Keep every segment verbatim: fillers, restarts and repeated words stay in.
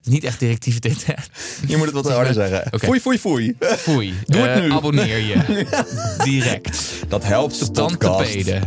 is niet echt directief intern. Je moet het wat harder zeggen. Okay. Foei, foei, foei. Foei. Doe uh, het nu. Abonneer je. Direct. Dat helpt de podcast. Tantepeden.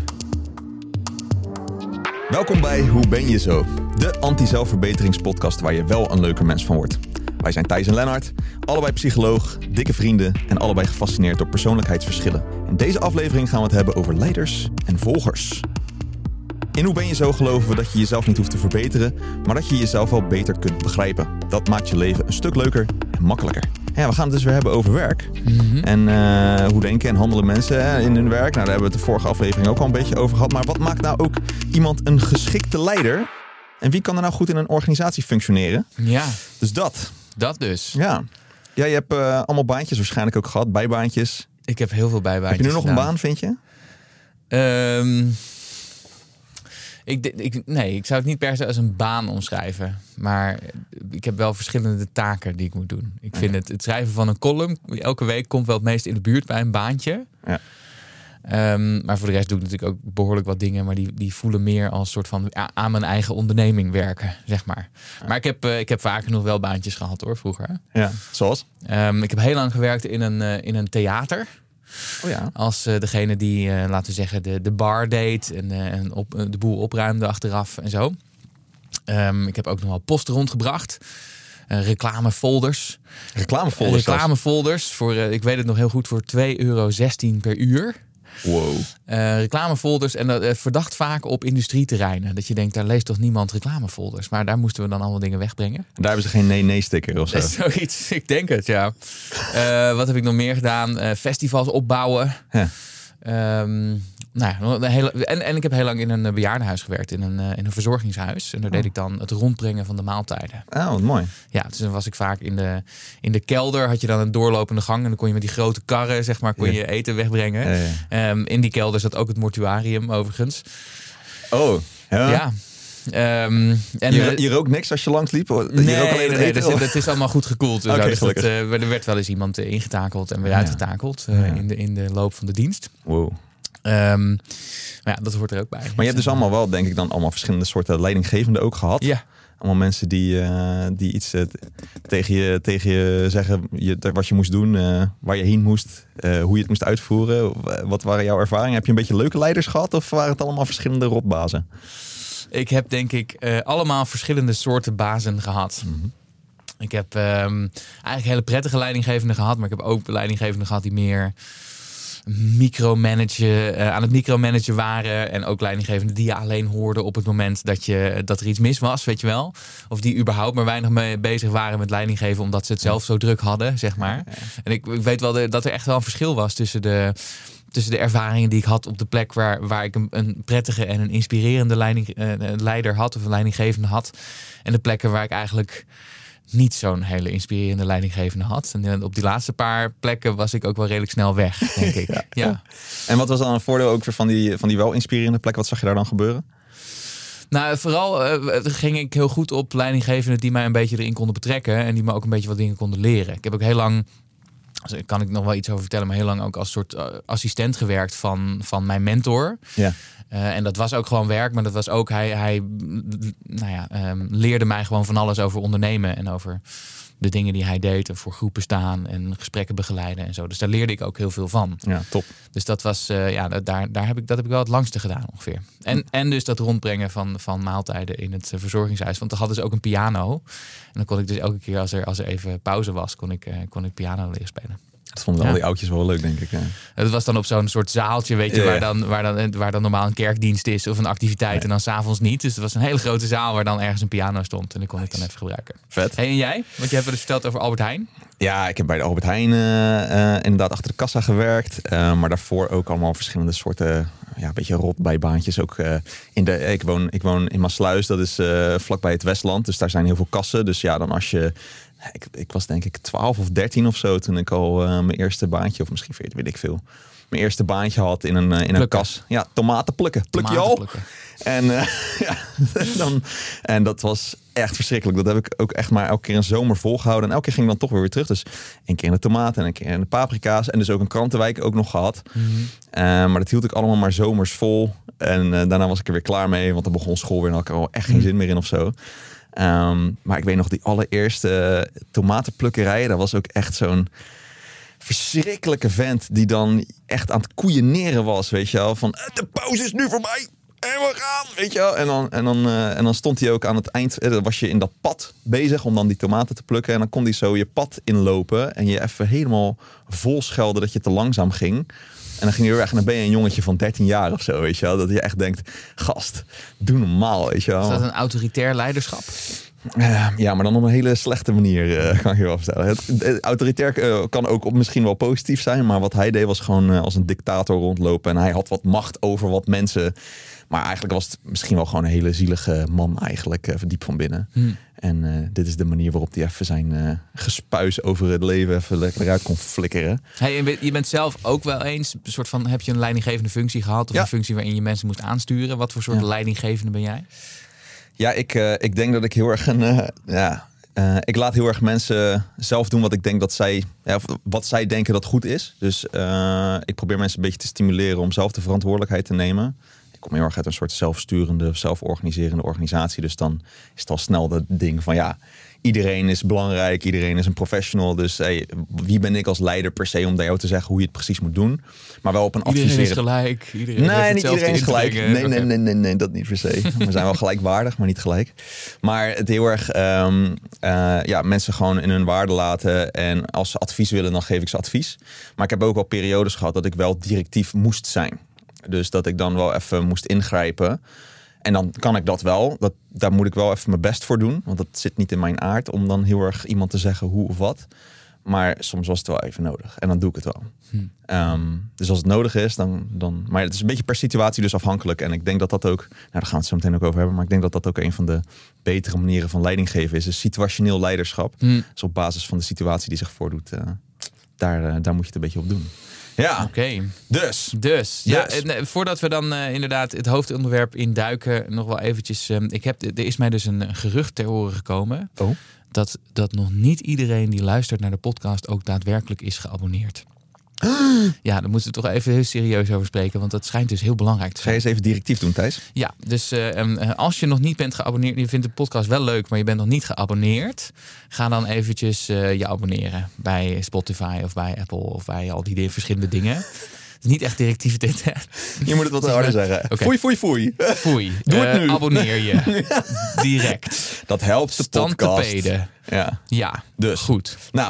Welkom bij Hoe ben je zo? De anti-zelfverbeteringspodcast waar je wel een leuker mens van wordt. Wij zijn Thijs en Lennart, allebei psycholoog, dikke vrienden en allebei gefascineerd door persoonlijkheidsverschillen. In deze aflevering gaan we het hebben over leiders en volgers. In Hoe ben je zo geloven we dat je jezelf niet hoeft te verbeteren, maar dat je jezelf wel beter kunt begrijpen. Dat maakt je leven een stuk leuker en makkelijker. Ja, we gaan het dus weer hebben over werk. Mm-hmm. En uh, hoe denken en handelen mensen hè, in hun werk. Nou, daar hebben we het de vorige aflevering ook al een beetje over gehad. Maar wat maakt nou ook iemand een geschikte leider? En wie kan er nou goed in een organisatie functioneren? Ja. Dus dat. Dat dus. Ja. Ja, je hebt uh, allemaal baantjes waarschijnlijk ook gehad. Bijbaantjes. Ik heb heel veel bijbaantjes. Heb je nu nog gedaan. een baan, vind je? Um, ik, ik, nee, ik zou het niet per se als een baan omschrijven. Maar ik heb wel verschillende taken die ik moet doen. Ik vind okay. het, het schrijven van een column elke week komt wel het meest in de buurt bij een baantje. Ja. Um, maar voor de rest doe ik natuurlijk ook behoorlijk wat dingen. Maar die, die voelen meer als soort van ja, aan mijn eigen onderneming werken, zeg maar. Ja. Maar ik heb, uh, ik heb vaak nog wel baantjes gehad hoor, vroeger. Ja, zoals? Um, ik heb heel lang gewerkt in een, uh, in een theater. Oh ja. Als uh, degene die, uh, laten we zeggen, de, de bar deed en, uh, en op, uh, de boel opruimde achteraf en zo. Um, ik heb ook nog wel post rondgebracht. Uh, reclamefolders. Reclamefolders? Uh, reclamefolders. Voor, uh, ik weet het nog heel goed, voor twee euro zestien per uur. Wow. Uh, reclamefolders en dat uh, verdacht vaak op industrieterreinen. Dat je denkt, daar leest toch niemand reclamefolders. Maar daar moesten we dan allemaal dingen wegbrengen. En daar hebben ze geen nee-nee-sticker of zo? Dat is zoiets, ik denk het, ja. Uh, wat heb ik nog meer gedaan? Uh, festivals opbouwen. Ja. Um, nou, hele, en, en ik heb heel lang in een bejaardenhuis gewerkt, in een, in een verzorgingshuis. En daar oh. deed ik dan het rondbrengen van de maaltijden. Oh, wat mooi. Ja, dus dan was ik vaak in de, in de kelder, had je dan een doorlopende gang. En dan kon je met die grote karren, zeg maar, kon je ja. eten wegbrengen. Ja, ja. Um, in die kelder zat ook het mortuarium, overigens. Oh, ja. Ja. Um, en je, je rookt niks als je langs liep? Je nee, rook alleen nee, nee, dat, dat is allemaal goed gekoeld. Dus okay, dus dat, uh, er werd wel eens iemand uh, ingetakeld en weer ja. uitgetakeld uh, ja. in, de, in de loop van de dienst. Wow. Um, maar ja, dat hoort er ook bij. Maar je hebt dus allemaal wel, denk ik, dan allemaal verschillende soorten leidinggevenden ook gehad. Ja. Allemaal mensen die, uh, die iets uh, tegen, je, tegen je zeggen, je, wat je moest doen, uh, waar je heen moest, uh, hoe je het moest uitvoeren. Wat waren jouw ervaringen? Heb je een beetje leuke leiders gehad of waren het allemaal verschillende rotbazen? Ik heb denk ik uh, allemaal verschillende soorten bazen gehad. Mm-hmm. Ik heb um, eigenlijk hele prettige leidinggevenden gehad, maar ik heb ook leidinggevenden gehad die meer micromanagen, uh, aan het micromanagen waren. En ook leidinggevenden die je alleen hoorde op het moment dat, je, dat er iets mis was, weet je wel. Of die überhaupt maar weinig mee bezig waren met leidinggeven, omdat ze het zelf zo druk hadden, zeg maar. En ik, ik weet wel de, dat er echt wel een verschil was tussen de, tussen de ervaringen die ik had op de plek waar, waar ik een, een prettige en een inspirerende leiding, uh, leider had, of een leidinggevende had. En de plekken waar ik eigenlijk niet zo'n hele inspirerende leidinggevende had. En op die laatste paar plekken was ik ook wel redelijk snel weg, denk ik. ja. Ja. En wat was dan een voordeel ook weer van die, van die wel inspirerende plek? Wat zag je daar dan gebeuren? Nou, vooral uh, ging ik heel goed op leidinggevenden die mij een beetje erin konden betrekken. En die me ook een beetje wat dingen konden leren. Ik heb ook heel lang, daar kan ik nog wel iets over vertellen, maar heel lang ook als soort uh, assistent gewerkt van, van mijn mentor. Ja. Uh, en dat was ook gewoon werk, maar dat was ook, hij, hij nou ja, um, leerde mij gewoon van alles over ondernemen en over de dingen die hij deed en voor groepen staan en gesprekken begeleiden en zo. Dus daar leerde ik ook heel veel van. Ja, top. Dus dat was, uh, ja, daar, daar heb ik, dat heb ik wel het langste gedaan ongeveer. En, en dus dat rondbrengen van, van maaltijden in het uh, verzorgingshuis. Want dan hadden ze ook een piano. En dan kon ik dus elke keer als er, als er even pauze was, kon ik, uh, kon ik piano leren spelen. Dat vonden ja. al die oudjes wel leuk, denk ik. Ja. Het was dan op zo'n soort zaaltje, weet je, ja, ja. Waar, dan, waar, dan, waar dan normaal een kerkdienst is of een activiteit nee. en dan 's avonds niet. Dus het was een hele grote zaal waar dan ergens een piano stond en die kon nice. ik dan even gebruiken. Vet. Hey, en jij? Want je hebt dus verteld over Albert Heijn. Ja, ik heb bij de Albert Heijn uh, uh, inderdaad achter de kassa gewerkt. Uh, maar daarvoor ook allemaal verschillende soorten, ja, een beetje rotbijbaantjes. Ook uh, in de, ik woon, ik woon in Maassluis, dat is uh, vlakbij het Westland. Dus daar zijn heel veel kassen. Dus ja, dan als je... Ik, ik was denk ik twaalf of dertien of zo toen ik al uh, mijn eerste baantje, of misschien veertien, weet ik veel. Mijn eerste baantje had in een, uh, in een kas. Ja, tomaten plukken. Pluk tomaten je al? Plukken. En, uh, ja, dan, en dat was echt verschrikkelijk. Dat heb ik ook echt maar elke keer een zomer volgehouden. En elke keer ging ik dan toch weer weer terug. Dus een keer in de tomaten en een keer in de paprika's. En dus ook een krantenwijk ook nog gehad. Mm-hmm. Uh, maar dat hield ik allemaal maar zomers vol. En uh, daarna was ik er weer klaar mee. Want dan begon school weer en had ik er al echt geen zin meer in of zo. Um, maar ik weet nog, die allereerste tomatenplukkerij, dat was ook echt zo'n verschrikkelijke vent die dan echt aan het koeieneren was, weet je wel. Van, de pauze is nu voorbij en we gaan, weet je wel. En dan, en dan, uh, en dan stond hij ook aan het eind, dan was je in dat pad bezig om dan die tomaten te plukken. En dan kon hij zo je pad inlopen en je even helemaal vol schelden dat je te langzaam ging. En dan ging je weer weg en dan ben je een jongetje van dertien jaar of zo, weet je wel. Dat je echt denkt, gast, doe normaal, weet je wel. Is dat een autoritair leiderschap? Uh, ja, maar dan op een hele slechte manier, uh, kan ik je wel vertellen. Het, het autoritair uh, kan ook op misschien wel positief zijn, maar wat hij deed was gewoon uh, als een dictator rondlopen. En hij had wat macht over wat mensen. Maar eigenlijk was het misschien wel gewoon een hele zielige man eigenlijk, uh, diep van binnen. Hmm. En uh, dit is de manier waarop hij even zijn uh, gespuis over het leven even lekker eruit kon flikkeren. Hey, je bent zelf ook wel eens, een soort van, heb je een leidinggevende functie gehad? Of ja. een functie waarin je mensen moest aansturen? Wat voor soort ja. leidinggevende ben jij? Ja, ik, uh, ik denk dat ik heel erg een... Uh, ja, uh, ik laat heel erg mensen zelf doen wat ik denk dat zij... Ja, of wat zij denken dat goed is. Dus uh, ik probeer mensen een beetje te stimuleren om zelf de verantwoordelijkheid te nemen. Ik kom heel erg uit een soort zelfsturende, zelforganiserende organisatie. Dus dan is het al snel dat ding van ja... Iedereen is belangrijk, iedereen is een professional. Dus hey, wie ben ik als leider per se om bij jou te zeggen hoe je het precies moet doen? Maar wel op een iedereen adviseren. Iedereen is gelijk. Iedereen nee, niet iedereen is gelijk. Nee, okay. nee, nee, nee, nee, dat niet per se. We zijn wel gelijkwaardig, maar niet gelijk. Maar het heel erg um, uh, ja, mensen gewoon in hun waarde laten. En als ze advies willen, dan geef ik ze advies. Maar ik heb ook wel periodes gehad dat ik wel directief moest zijn. Dus dat ik dan wel even moest ingrijpen. En dan kan ik dat wel. Dat, daar moet ik wel even mijn best voor doen. Want dat zit niet in mijn aard om dan heel erg iemand te zeggen hoe of wat. Maar soms was het wel even nodig. En dan doe ik het wel. Hm. Um, dus als het nodig is, dan, dan... Maar het is een beetje per situatie dus afhankelijk. En ik denk dat dat ook... Nou, daar gaan we het zo meteen ook over hebben. Maar ik denk dat dat ook een van de betere manieren van leiding geven is. Dus situationeel leiderschap. Hm. Dus op basis van de situatie die zich voordoet. Uh, daar, uh, daar moet je het een beetje op doen. Ja, oké. Okay. Dus. Dus. Ja, dus. En, voordat we dan uh, inderdaad het hoofdonderwerp induiken, nog wel eventjes. Um, ik heb, er is mij dus een gerucht ter horen gekomen. Oh. Dat, dat nog niet iedereen die luistert naar de podcast ook daadwerkelijk is geabonneerd. Ja, daar moeten we toch even heel serieus over spreken. Want dat schijnt dus heel belangrijk te zijn. Ga je eens even directief doen, Thijs? Ja, dus uh, um, als je nog niet bent geabonneerd... je vindt de podcast wel leuk, maar je bent nog niet geabonneerd... ga dan eventjes uh, je abonneren. Bij Spotify of bij Apple of bij al die verschillende dingen. Het is niet echt directief dit, hè? Je moet het wat harder zeggen. Okay. Foei, foei, foei. Foei. Doe uh, het nu. Abonneer je. Direct. Dat helpt de podcast. Stantepeden. Ja. Ja, dus. Goed. Nou...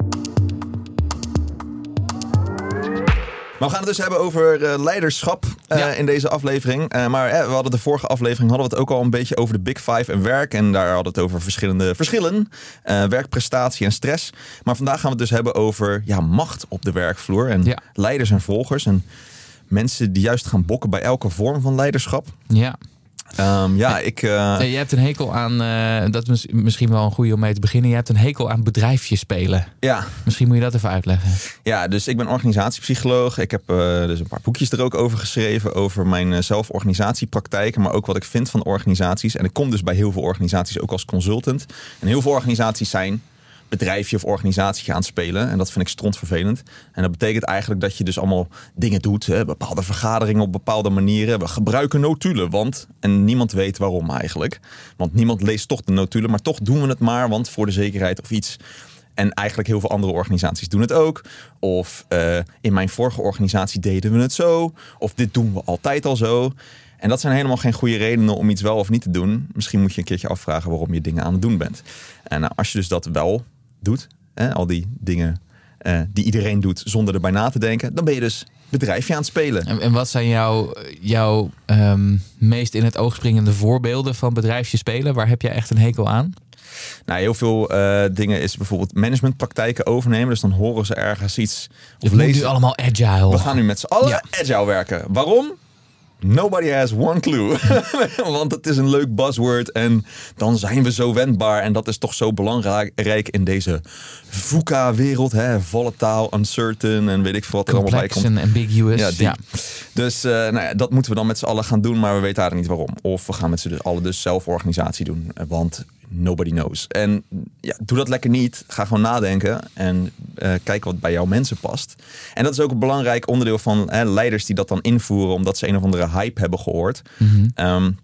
Maar we gaan het dus hebben over uh, leiderschap uh, ja. in deze aflevering. Uh, maar uh, we hadden de vorige aflevering hadden we het ook al een beetje over de Big Five en werk. En daar hadden we het over verschillende verschillen. Uh, werkprestatie en stress. Maar vandaag gaan we het dus hebben over ja, macht op de werkvloer. En ja. leiders en volgers. En mensen die juist gaan bokken bij elke vorm van leiderschap. Ja. Um, ja, ik... Uh... Nee, je hebt een hekel aan... Uh, dat is misschien wel een goede om mee te beginnen. Je hebt een hekel aan bedrijfjes spelen. Ja. Misschien moet je dat even uitleggen. Ja, dus ik ben organisatiepsycholoog. Ik heb uh, dus een paar boekjes er ook over geschreven. Over mijn uh, zelforganisatiepraktijken. Maar ook wat ik vind van organisaties. En ik kom dus bij heel veel organisaties ook als consultant. En heel veel organisaties zijn... bedrijfje of organisatie aan het spelen. En dat vind ik strontvervelend. En dat betekent eigenlijk dat je dus allemaal dingen doet. Hè, bepaalde vergaderingen op bepaalde manieren. We gebruiken notulen, want... En niemand weet waarom eigenlijk. Want niemand leest toch de notulen. Maar toch doen we het maar, want voor de zekerheid of iets. En eigenlijk heel veel andere organisaties doen het ook. Of uh, in mijn vorige organisatie deden we het zo. Of dit doen we altijd al zo. En dat zijn helemaal geen goede redenen om iets wel of niet te doen. Misschien moet je een keertje afvragen waarom je dingen aan het doen bent. En nou, als je dus dat wel... doet, hè, al die dingen uh, die iedereen doet zonder erbij na te denken, dan ben je dus bedrijfje aan het spelen. En, en wat zijn jouw, jouw um, meest in het oog springende voorbeelden van bedrijfje spelen? Waar heb jij echt een hekel aan? Nou, heel veel uh, dingen is bijvoorbeeld managementpraktijken overnemen. Dus dan horen ze ergens iets. Of lezen. Nu allemaal agile. We gaan nu met z'n allen ja. agile werken. Waarom? Nobody has one clue. Want het is een leuk buzzword en dan zijn we zo wendbaar. En dat is toch zo belangrijk in deze VUCA-wereld. Hè? Volatile, uncertain en weet ik veel wat er allemaal bij komt. Complex en ambiguous. Ja, ja. Dus uh, nou ja, dat moeten we dan met z'n allen gaan doen, maar we weten eigenlijk niet waarom. Of we gaan met z'n allen dus zelforganisatie doen. Want nobody knows. En ja, doe dat lekker niet. Ga gewoon nadenken en uh, kijk wat bij jouw mensen past. En dat is ook een belangrijk onderdeel van hè, leiders die dat dan invoeren, omdat ze een of andere hype hebben gehoord. Mm-hmm. Um,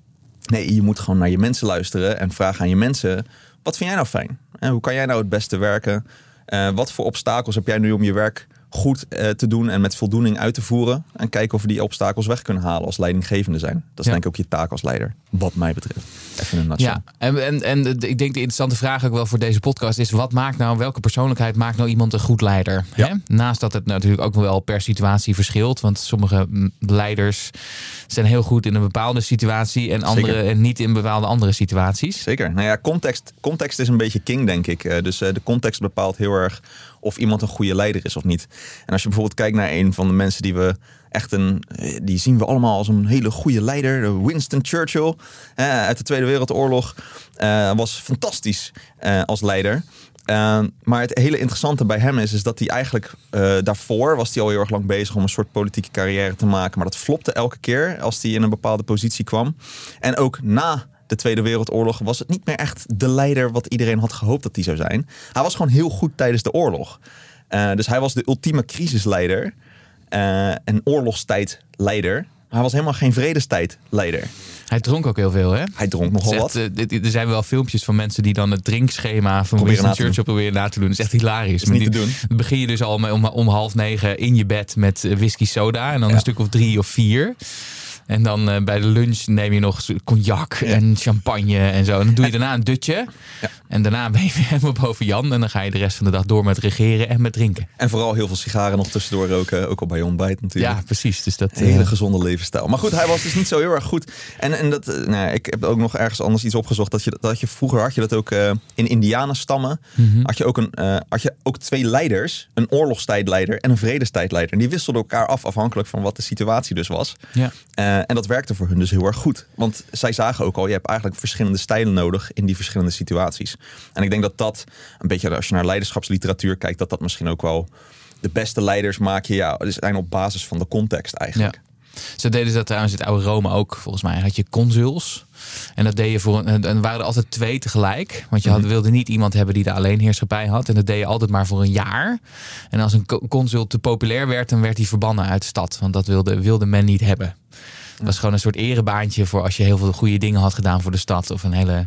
Nee, je moet gewoon naar je mensen luisteren en vragen aan je mensen, wat vind jij nou fijn? En hoe kan jij nou het beste werken? Uh, wat voor obstakels heb jij nu om je werk goed uh, te doen en met voldoening uit te voeren? En kijken of we die obstakels weg kunnen halen als leidinggevende zijn. Dat is ja. denk ik ook je taak als leider, wat mij betreft. Even een nutshell. Ja, en, en, en ik denk de interessante vraag ook wel voor deze podcast is, wat maakt nou, welke persoonlijkheid maakt nou iemand een goed leider? Ja. Hè? Naast dat het natuurlijk ook wel per situatie verschilt, want sommige leiders zijn heel goed in een bepaalde situatie en andere en niet in bepaalde andere situaties. Zeker. Nou ja, context, context is een beetje king, denk ik. Uh, dus uh, de context bepaalt heel erg of iemand een goede leider is of niet. En als je bijvoorbeeld kijkt naar een van de mensen die we echt een, die zien we allemaal als een hele goede leider, Winston Churchill uh, uit de Tweede Wereldoorlog, uh, was fantastisch uh, als leider. Uh, maar het hele interessante bij hem is, is dat hij eigenlijk uh, daarvoor was hij al heel erg lang bezig om een soort politieke carrière te maken. Maar dat flopte elke keer als hij in een bepaalde positie kwam. En ook na de Tweede Wereldoorlog was het niet meer echt de leider wat iedereen had gehoopt dat hij zou zijn. Hij was gewoon heel goed tijdens de oorlog. Uh, dus hij was de ultieme crisisleider. Uh, en oorlogstijdleider. Maar hij was helemaal geen vredestijdleider. Hij dronk ook heel veel, hè? Hij dronk nogal wat. Echt, uh, er zijn wel filmpjes van mensen die dan het drinkschema van Winston Churchill proberen na te doen. Dat is echt hilarisch. Dat is niet die, te doen. Dan begin je dus al om, om half negen in je bed met whisky soda. En dan ja. een stuk of drie of vier. En dan uh, bij de lunch neem je nog cognac ja. en champagne en zo. En dan doe je daarna een dutje. Ja. En daarna ben je weer helemaal boven Jan. En dan ga je de rest van de dag door met regeren en met drinken. En vooral heel veel sigaren nog tussendoor roken. Ook al bij je ontbijt natuurlijk. Ja, precies. Dus dat een hele uh... gezonde levensstijl. Maar goed, hij was dus niet zo heel erg goed. En, en dat, uh, nou, ik heb ook nog ergens anders iets opgezocht. Dat je, dat je vroeger had je dat ook uh, in Indianenstammen. Mm-hmm. Had je ook een, uh, had je ook twee leiders. Een oorlogstijdleider en een vredestijdleider. En die wisselden elkaar af afhankelijk van wat de situatie dus was. Ja. Uh, en dat werkte voor hun dus heel erg goed. Want zij zagen ook al, je hebt eigenlijk verschillende stijlen nodig in die verschillende situaties. En ik denk dat dat, een beetje als je naar leiderschapsliteratuur kijkt, dat dat misschien ook wel de beste leiders maak je, ja, is op basis van de context eigenlijk. Ja. Zo deden ze dat trouwens in het oude Rome ook. Volgens mij had je consuls. En dat deed je voor een, en waren er altijd twee tegelijk. Want je had, wilde niet iemand hebben die de alleenheerschappij had. En dat deed je altijd maar voor een jaar. En als een consul te populair werd, dan werd hij verbannen uit de stad. Want dat wilde, wilde men niet hebben. Het was gewoon een soort erebaantje voor als je heel veel goede dingen had gedaan voor de stad. Of een hele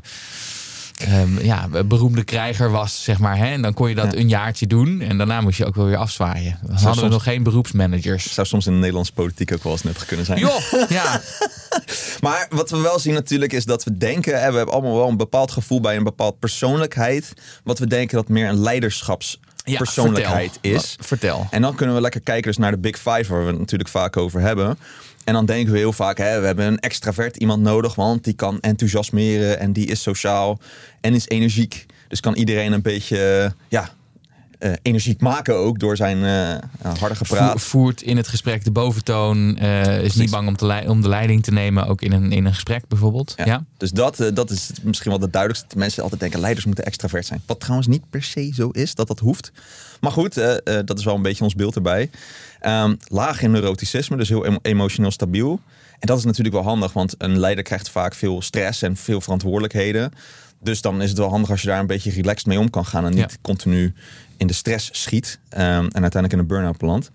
um, ja, beroemde krijger was, zeg maar. Hè? En dan kon je dat ja. een jaartje doen. En daarna moest je ook wel weer afzwaaien. Dan hadden soms, we nog geen beroepsmanagers. Zou soms in de Nederlandse politiek ook wel eens nuttig kunnen zijn. Jo, ja. Maar wat we wel zien natuurlijk is dat we denken, hè, we hebben allemaal wel een bepaald gevoel bij een bepaald persoonlijkheid. Wat we denken dat meer een leiderschaps Ja, persoonlijkheid vertel. is. Vertel. En dan kunnen we lekker kijken dus naar de Big Five, waar we het natuurlijk vaak over hebben. En dan denken we heel vaak, hè, we hebben een extravert iemand nodig, want die kan enthousiasmeren en die is sociaal en is energiek. Dus kan iedereen een beetje, ja, uh, energiek maken ook door zijn uh, harde gepraat. Voert in het gesprek de boventoon, uh, is Precies. niet bang om, te le- om de leiding te nemen, ook in een, in een gesprek bijvoorbeeld. Ja. Ja? Dus dat, uh, dat is misschien wel het duidelijkste. Dat mensen altijd denken, leiders moeten extravert zijn. Wat trouwens niet per se zo is, dat dat hoeft. Maar goed, uh, uh, dat is wel een beetje ons beeld erbij. Um, laag in neuroticisme, dus heel em- emotioneel stabiel. En dat is natuurlijk wel handig, want een leider krijgt vaak veel stress en veel verantwoordelijkheden. Dus dan is het wel handig als je daar een beetje relaxed mee om kan gaan en niet ja. continu in de stress schiet um, en uiteindelijk in een burn-out belandt.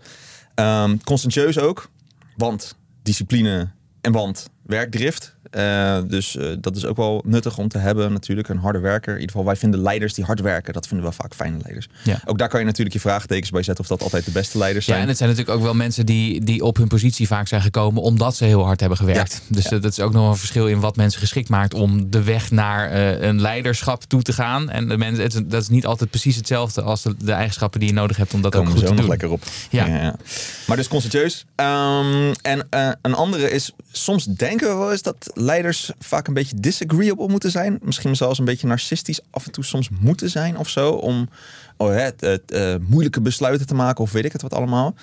Um, conscientieus ook, want discipline en want werkdrift. Uh, dus uh, dat is ook wel nuttig om te hebben natuurlijk. Een harde werker. In ieder geval, wij vinden leiders die hard werken. Dat vinden we vaak fijne leiders. Ja. Ook daar kan je natuurlijk je vraagtekens bij zetten of dat altijd de beste leiders zijn. Ja, en het zijn natuurlijk ook wel mensen die, die op hun positie vaak zijn gekomen omdat ze heel hard hebben gewerkt. Ja. Dus ja. dat is ook nog een verschil in wat mensen geschikt maakt om de weg naar uh, een leiderschap toe te gaan. En de mensen, het, dat is niet altijd precies hetzelfde als de, de eigenschappen die je nodig hebt om dat Komen ook goed we zo te nog doen. lekker op. Ja. Ja, ja. Maar dus conscientieus. Um, en uh, een andere is, soms denken we wel eens dat leiders vaak een beetje disagreeable moeten zijn. Misschien zelfs een beetje narcistisch af en toe soms moeten zijn of zo. Om oh, het, het, uh, moeilijke besluiten te maken of weet ik het wat allemaal.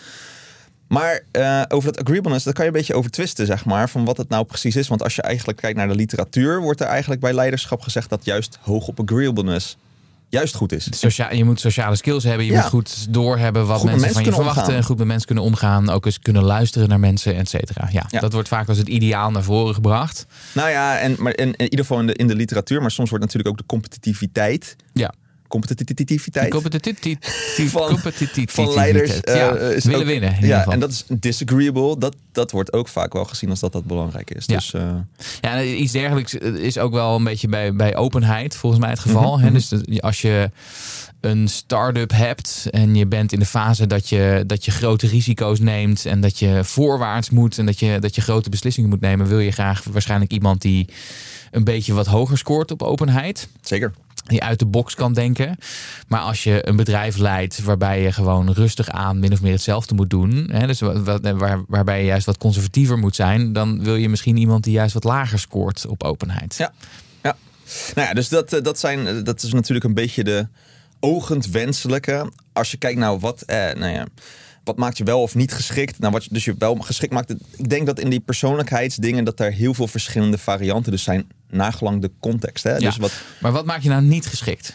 Maar uh, over dat agreeableness, daar kan je een beetje over twisten, zeg maar. Van wat het nou precies is. Want als je eigenlijk kijkt naar de literatuur, wordt er eigenlijk bij leiderschap gezegd dat juist hoog op agreeableness juist goed is. Socia- je moet sociale skills hebben. Je ja. moet goed doorhebben wat goed mensen, mensen van je verwachten. Omgaan. Goed met mensen kunnen omgaan. Ook eens kunnen luisteren naar mensen, et cetera. Ja, ja. Dat wordt vaak als het ideaal naar voren gebracht. Nou ja, en, maar in, in ieder geval in de, in de literatuur. Maar soms wordt natuurlijk ook de competitiviteit ja. competitiviteit competitiviteit van, competitiviteit. van leiders. Uh, ja, is willen ook, winnen. In ja, en dat is disagreeable. Dat, dat wordt ook vaak wel gezien als dat dat belangrijk is. Ja. Dus, uh, ja, iets dergelijks is ook wel een beetje bij, bij openheid, volgens mij het geval. Mm-hmm. Hè? Dus als je een start-up hebt en je bent in de fase dat je, dat je grote risico's neemt en dat je voorwaarts moet en dat je, dat je grote beslissingen moet nemen, wil je graag waarschijnlijk iemand die een beetje wat hoger scoort op openheid. Zeker. Die uit de box kan denken. Maar als je een bedrijf leidt waarbij je gewoon rustig aan min of meer hetzelfde moet doen. Hè, dus waar, waarbij je juist wat conservatiever moet zijn. Dan wil je misschien iemand die juist wat lager scoort op openheid. Ja, ja. Nou ja, dus dat, dat, zijn, dat is natuurlijk een beetje de ogend wenselijke. Als je kijkt naar wat, eh, nou ja, wat maakt je wel of niet geschikt. Nou, wat je, dus je wel geschikt maakt. Ik denk dat in die persoonlijkheidsdingen dat er heel veel verschillende varianten dus zijn. Nagelang de context. Hè? Ja, dus wat, maar wat maakt je nou niet geschikt?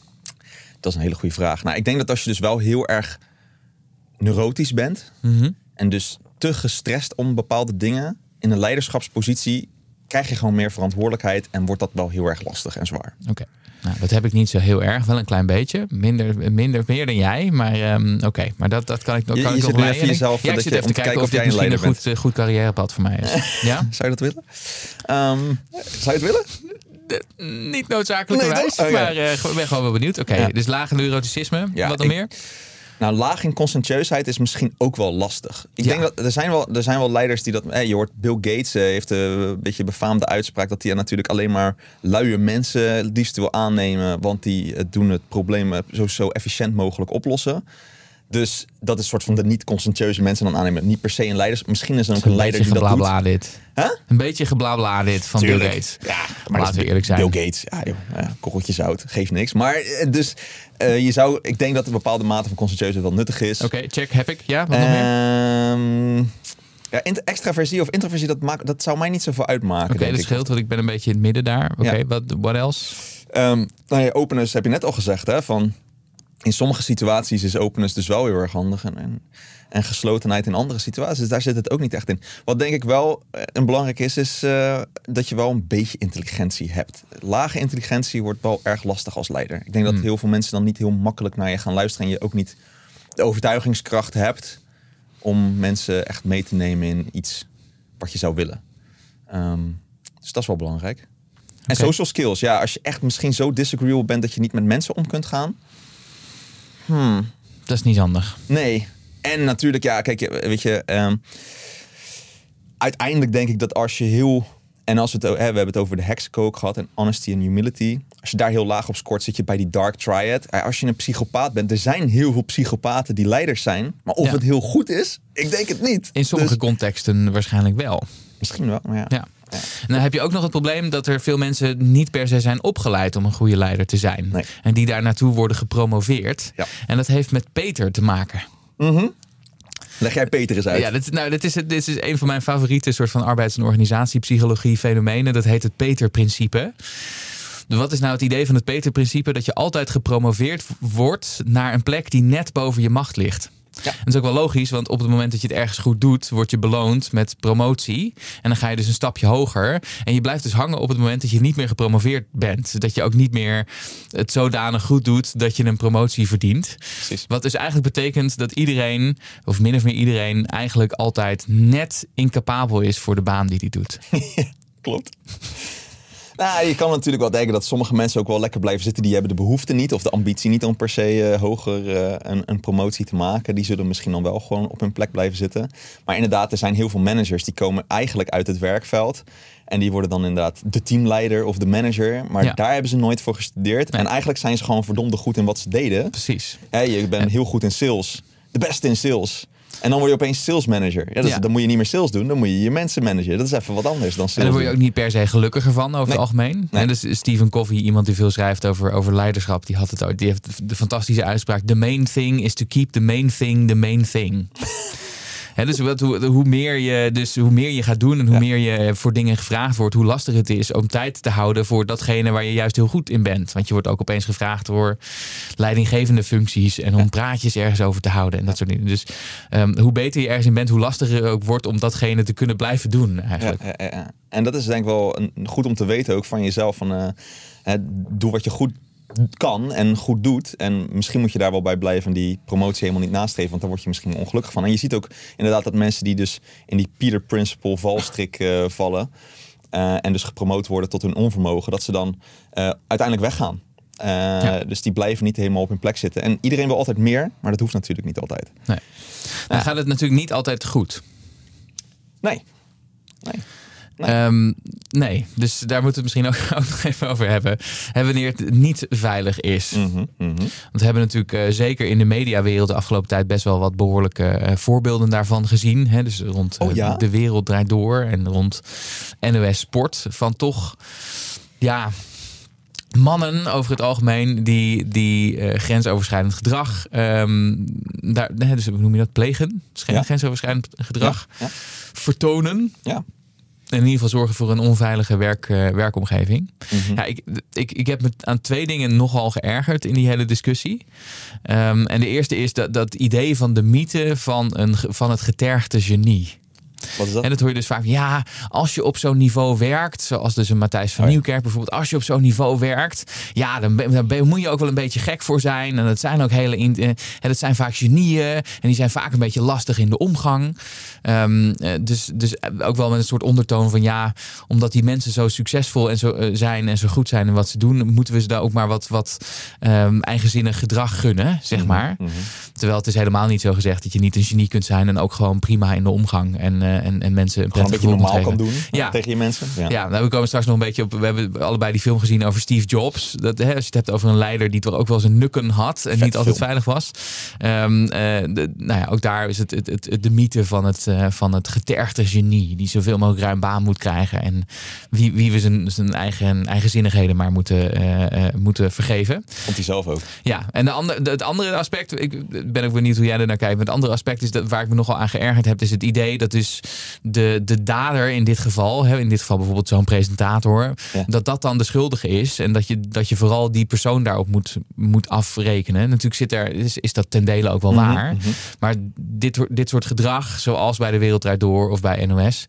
Dat is een hele goede vraag. Nou, ik denk dat als je dus wel heel erg neurotisch bent. Mm-hmm. En dus te gestrest om bepaalde dingen. In een leiderschapspositie krijg je gewoon meer verantwoordelijkheid. En wordt dat wel heel erg lastig en zwaar. Oké. Okay. Nou, dat heb ik niet zo heel erg. Wel een klein beetje. Minder, minder meer dan jij. Maar um, oké. Okay. Maar dat, dat kan ik, kan je, ik je nog zit nu even jezelf. Ja, ik zit even te kijken of, of jij een leider bent. Een goed, goed carrièrepad voor mij is. Ja? Zou je dat willen? Um, zou je het willen? De, niet noodzakelijkerwijs. Nee, maar uh, ik ben gewoon wel benieuwd. Oké, okay, ja. Dus laag neuroticisme. Ja, wat nog meer? Nou, laag in conscientieusheid is misschien ook wel lastig. Ik ja. denk dat er zijn wel, er zijn wel leiders die dat... Hey, je hoort Bill Gates uh, heeft uh, een beetje een befaamde uitspraak... dat hij natuurlijk alleen maar luie mensen het liefst wil aannemen... want die uh, doen het probleem uh, zo, zo efficiënt mogelijk oplossen. Dus dat is een soort van de niet-conscientieuze mensen dan aannemen. Niet per se een leider. Misschien is er ook een, een leider die dat doet. Dit. Huh? Een beetje geblabla dit van Tuurlijk. Bill Gates. Ja, maar laten we eerlijk zijn. Bill Gates, ja, joh, ja, korreltje zout, geeft niks. Maar dus uh, je zou, ik denk dat een bepaalde mate van conscientieusheid wel nuttig is. Oké, okay, check, heb ik. Ja, wat um, nog meer? Ja, extraversie of introversie, dat, maakt, dat zou mij niet zoveel uitmaken. Oké, okay, dat scheelt, want ik ben een beetje in het midden daar. Oké, okay, wat ja. what else? Um, nou ja, openness heb je net al gezegd, hè, van... In sommige situaties is openness dus wel heel erg handig. En, en, en geslotenheid in andere situaties. Daar zit het ook niet echt in. Wat denk ik wel een belangrijk is, is uh, dat je wel een beetje intelligentie hebt. Lage intelligentie wordt wel erg lastig als leider. Ik denk hmm. dat heel veel mensen dan niet heel makkelijk naar je gaan luisteren. En je ook niet de overtuigingskracht hebt om mensen echt mee te nemen in iets wat je zou willen. Um, dus dat is wel belangrijk. Okay. En social skills. Ja, als je echt misschien zo disagreeable bent dat je niet met mensen om kunt gaan. Hmm. Dat is niet handig. Nee. En natuurlijk, ja, kijk, weet je... Um, uiteindelijk denk ik dat als je heel... En als we het, hè, we hebben het over de hexacoke gehad en honesty en humility. Als je daar heel laag op scoort, zit je bij die dark triad. Als je een psychopaat bent, er zijn heel veel psychopaten die leiders zijn. Maar of ja. het heel goed is, ik denk het niet. In sommige dus, contexten waarschijnlijk wel. Misschien wel, maar ja. ja. Ja. En dan heb je ook nog het probleem dat er veel mensen niet per se zijn opgeleid om een goede leider te zijn. Nee. En die daar naartoe worden gepromoveerd. Ja. En dat heeft met Peter te maken. Mm-hmm. Leg jij Peter eens uit. Ja, dit, nou, dit, is, dit is een van mijn favoriete soort van arbeids- en organisatiepsychologie fenomenen. Dat heet het Peter-principe. Wat is nou het idee van het Peter-principe? Dat je altijd gepromoveerd wordt naar een plek die net boven je macht ligt. Ja. En dat is ook wel logisch, want op het moment dat je het ergens goed doet, word je beloond met promotie. En dan ga je dus een stapje hoger. En je blijft dus hangen op het moment dat je niet meer gepromoveerd bent. Dat je ook niet meer het zodanig goed doet dat je een promotie verdient. Precies. Wat dus eigenlijk betekent dat iedereen, of min of meer iedereen, eigenlijk altijd net incapabel is voor de baan die hij doet. Ja, klopt. Nou, je kan natuurlijk wel denken dat sommige mensen ook wel lekker blijven zitten. Die hebben de behoefte niet of de ambitie niet om per se uh, hoger uh, een, een promotie te maken. Die zullen misschien dan wel gewoon op hun plek blijven zitten. Maar inderdaad, er zijn heel veel managers die komen eigenlijk uit het werkveld. En die worden dan inderdaad de teamleider of de manager. Maar ja. daar hebben ze nooit voor gestudeerd. Nee. En eigenlijk zijn ze gewoon verdomde goed in wat ze deden. Precies. He, je bent ja. heel goed in sales. De beste in sales. En dan word je opeens sales manager. Ja, dat is, ja. Dan moet je niet meer sales doen, dan moet je je mensen managen. Dat is even wat anders dan sales. En dan word je doen. ook niet per se gelukkiger van over nee. het algemeen. Nee. En dus Stephen Covey, iemand die veel schrijft over, over leiderschap, die had het ook. Die heeft de fantastische uitspraak: the main thing is to keep the main thing the main thing. He, dus wat, hoe, hoe, meer je, dus hoe meer je gaat doen en hoe ja. meer je voor dingen gevraagd wordt, hoe lastiger het is om tijd te houden voor datgene waar je juist heel goed in bent. Want je wordt ook opeens gevraagd door leidinggevende functies en om ja. praatjes ergens over te houden en dat soort dingen. Dus um, hoe beter je ergens in bent, hoe lastiger het ook wordt om datgene te kunnen blijven doen eigenlijk. Ja, ja, ja. En dat is denk ik wel een, goed om te weten ook van jezelf. Van, uh, hè, doe wat je goed kan en goed doet. En misschien moet je daar wel bij blijven en die promotie helemaal niet nastreven, want daar word je misschien ongelukkig van. En je ziet ook inderdaad dat mensen die dus in die Peter Principle valstrik uh, vallen uh, en dus gepromoot worden tot hun onvermogen, dat ze dan uh, uiteindelijk weggaan. Uh, ja. Dus die blijven niet helemaal op hun plek zitten. En iedereen wil altijd meer, maar dat hoeft natuurlijk niet altijd. Nee. Dan uh, gaat het natuurlijk niet altijd goed. Nee. Nee. Nee. Um, nee, dus daar moeten we het misschien ook, ook nog even over hebben. En wanneer het niet veilig is. Mm-hmm, mm-hmm. Want we hebben natuurlijk uh, zeker in de mediawereld de afgelopen tijd best wel wat behoorlijke uh, voorbeelden daarvan gezien. Hè? Dus rond uh, oh, ja? De Wereld Draait Door en rond N O S Sport. Van toch, ja... mannen over het algemeen die, die uh, grensoverschrijdend gedrag, um, daar, dus hoe noem je dat, plegen? Ja. Grensoverschrijdend gedrag ja. Ja. vertonen. Ja. En in ieder geval zorgen voor een onveilige werk, uh, werkomgeving. Mm-hmm. Ja, ik, ik, ik heb me aan twee dingen nogal geërgerd in die hele discussie. Um, en de eerste is dat, dat idee van de mythe van, een, van het getergde genie. Wat is dat? En dat hoor je dus vaak. Ja, als je op zo'n niveau werkt, zoals dus een Matthijs van oh ja. Nieuwkerk bijvoorbeeld. Als je op zo'n niveau werkt, ja, dan, ben, dan moet je ook wel een beetje gek voor zijn. En dat zijn ook hele, in, en dat zijn vaak genieën. En die zijn vaak een beetje lastig in de omgang. Um, dus, dus ook wel met een soort ondertoon van ja, omdat die mensen zo succesvol en zo uh, zijn en zo goed zijn in wat ze doen, moeten we ze daar ook maar wat, wat um, eigenzinnig gedrag gunnen, zeg maar. Mm-hmm. Terwijl het is helemaal niet zo gezegd dat je niet een genie kunt zijn en ook gewoon prima in de omgang. En uh, En, en mensen een prettig gevoel normaal kan doen ja. tegen je mensen. Ja, ja nou, we komen straks nog een beetje op. We hebben allebei die film gezien over Steve Jobs. Dat, hè, als je het hebt over een leider die toch ook wel zijn nukken had en Vet niet altijd film. veilig was. Um, uh, de, nou ja, ook daar is het, het, het, het de mythe van het, uh, van het getergde genie die zoveel mogelijk ruim baan moet krijgen en wie, wie we zijn, zijn eigen eigenzinnigheden maar moeten, uh, uh, moeten vergeven. Vond hij zelf ook. Ja, en de andere, de, het andere aspect, ik ben ook benieuwd hoe jij er naar kijkt. Maar het andere aspect is dat waar ik me nogal aan geërgerd heb, is het idee dat dus de, de dader in dit geval, hè, in dit geval bijvoorbeeld zo'n presentator, ja. dat dat dan de schuldige is en dat je, dat je vooral die persoon daarop moet, moet afrekenen. Natuurlijk zit er, is, is dat ten dele ook wel mm-hmm, waar. Mm-hmm. Maar dit, dit soort gedrag, zoals bij De Wereld Draait Door of bij N O S,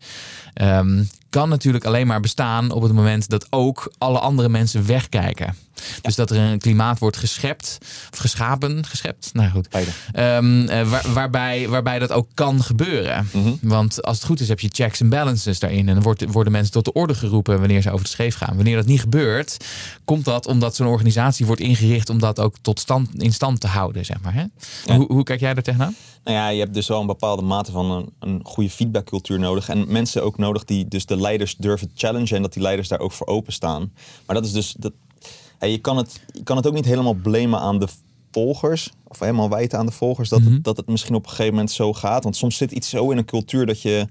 um, kan natuurlijk alleen maar bestaan op het moment dat ook alle andere mensen wegkijken. Ja. Dus dat er een klimaat wordt geschept, of geschapen, geschept, nou goed. Um, uh, waar, waarbij, waarbij dat ook kan gebeuren. Mm-hmm. Want als het goed is heb je checks en balances daarin. En dan wordt, worden mensen tot de orde geroepen wanneer ze over de scheef gaan. Wanneer dat niet gebeurt, komt dat omdat zo'n organisatie wordt ingericht om dat ook tot stand, in stand te houden, zeg maar. Hè? Ja. Hoe, hoe kijk jij daar tegenaan? Nou ja, je hebt dus wel een bepaalde mate van een, een goede feedbackcultuur nodig. En mensen ook nodig die dus de leiders durven challengen en dat die leiders daar ook voor openstaan. Maar dat is dus... Dat, hey, je, kan het, je kan het ook niet helemaal blamen aan de volgers. Of helemaal wijten aan de volgers dat, mm-hmm. het, dat het misschien op een gegeven moment zo gaat. Want soms zit iets zo in een cultuur dat je...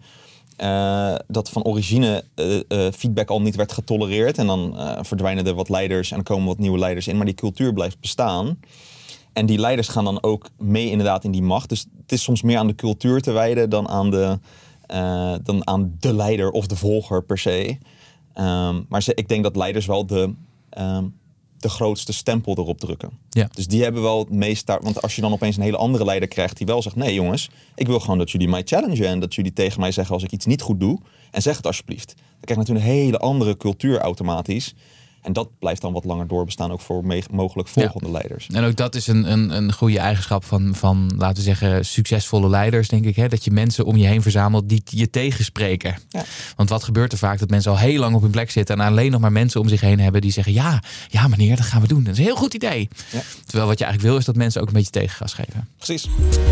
Uh, dat van origine uh, uh, feedback al niet werd getolereerd. En dan uh, verdwijnen er wat leiders en er komen wat nieuwe leiders in. Maar die cultuur blijft bestaan. En die leiders gaan dan ook mee inderdaad in die macht. Dus het is soms meer aan de cultuur te wijden dan aan de, uh, dan aan de leider of de volger per se. Um, maar ze, ik denk dat leiders wel de, um, de grootste stempel erop drukken. Ja. Dus die hebben wel het meest daar. Want als je dan opeens een hele andere leider krijgt die wel zegt: nee jongens, ik wil gewoon dat jullie mij challengen. En dat jullie tegen mij zeggen als ik iets niet goed doe. En zeg het alsjeblieft. Dan krijg je natuurlijk een hele andere cultuur automatisch. En dat blijft dan wat langer doorbestaan, ook voor me- mogelijk volgende ja. leiders. En ook dat is een, een, een goede eigenschap van, van, laten we zeggen, succesvolle leiders, denk ik. Hè? Dat je mensen om je heen verzamelt die je tegenspreken. Ja. Want wat gebeurt er vaak? Dat mensen al heel lang op hun plek zitten en alleen nog maar mensen om zich heen hebben die zeggen, ja, ja meneer, dat gaan we doen. Dat is een heel goed idee. Ja. Terwijl wat je eigenlijk wil is dat mensen ook een beetje tegengas geven. Precies.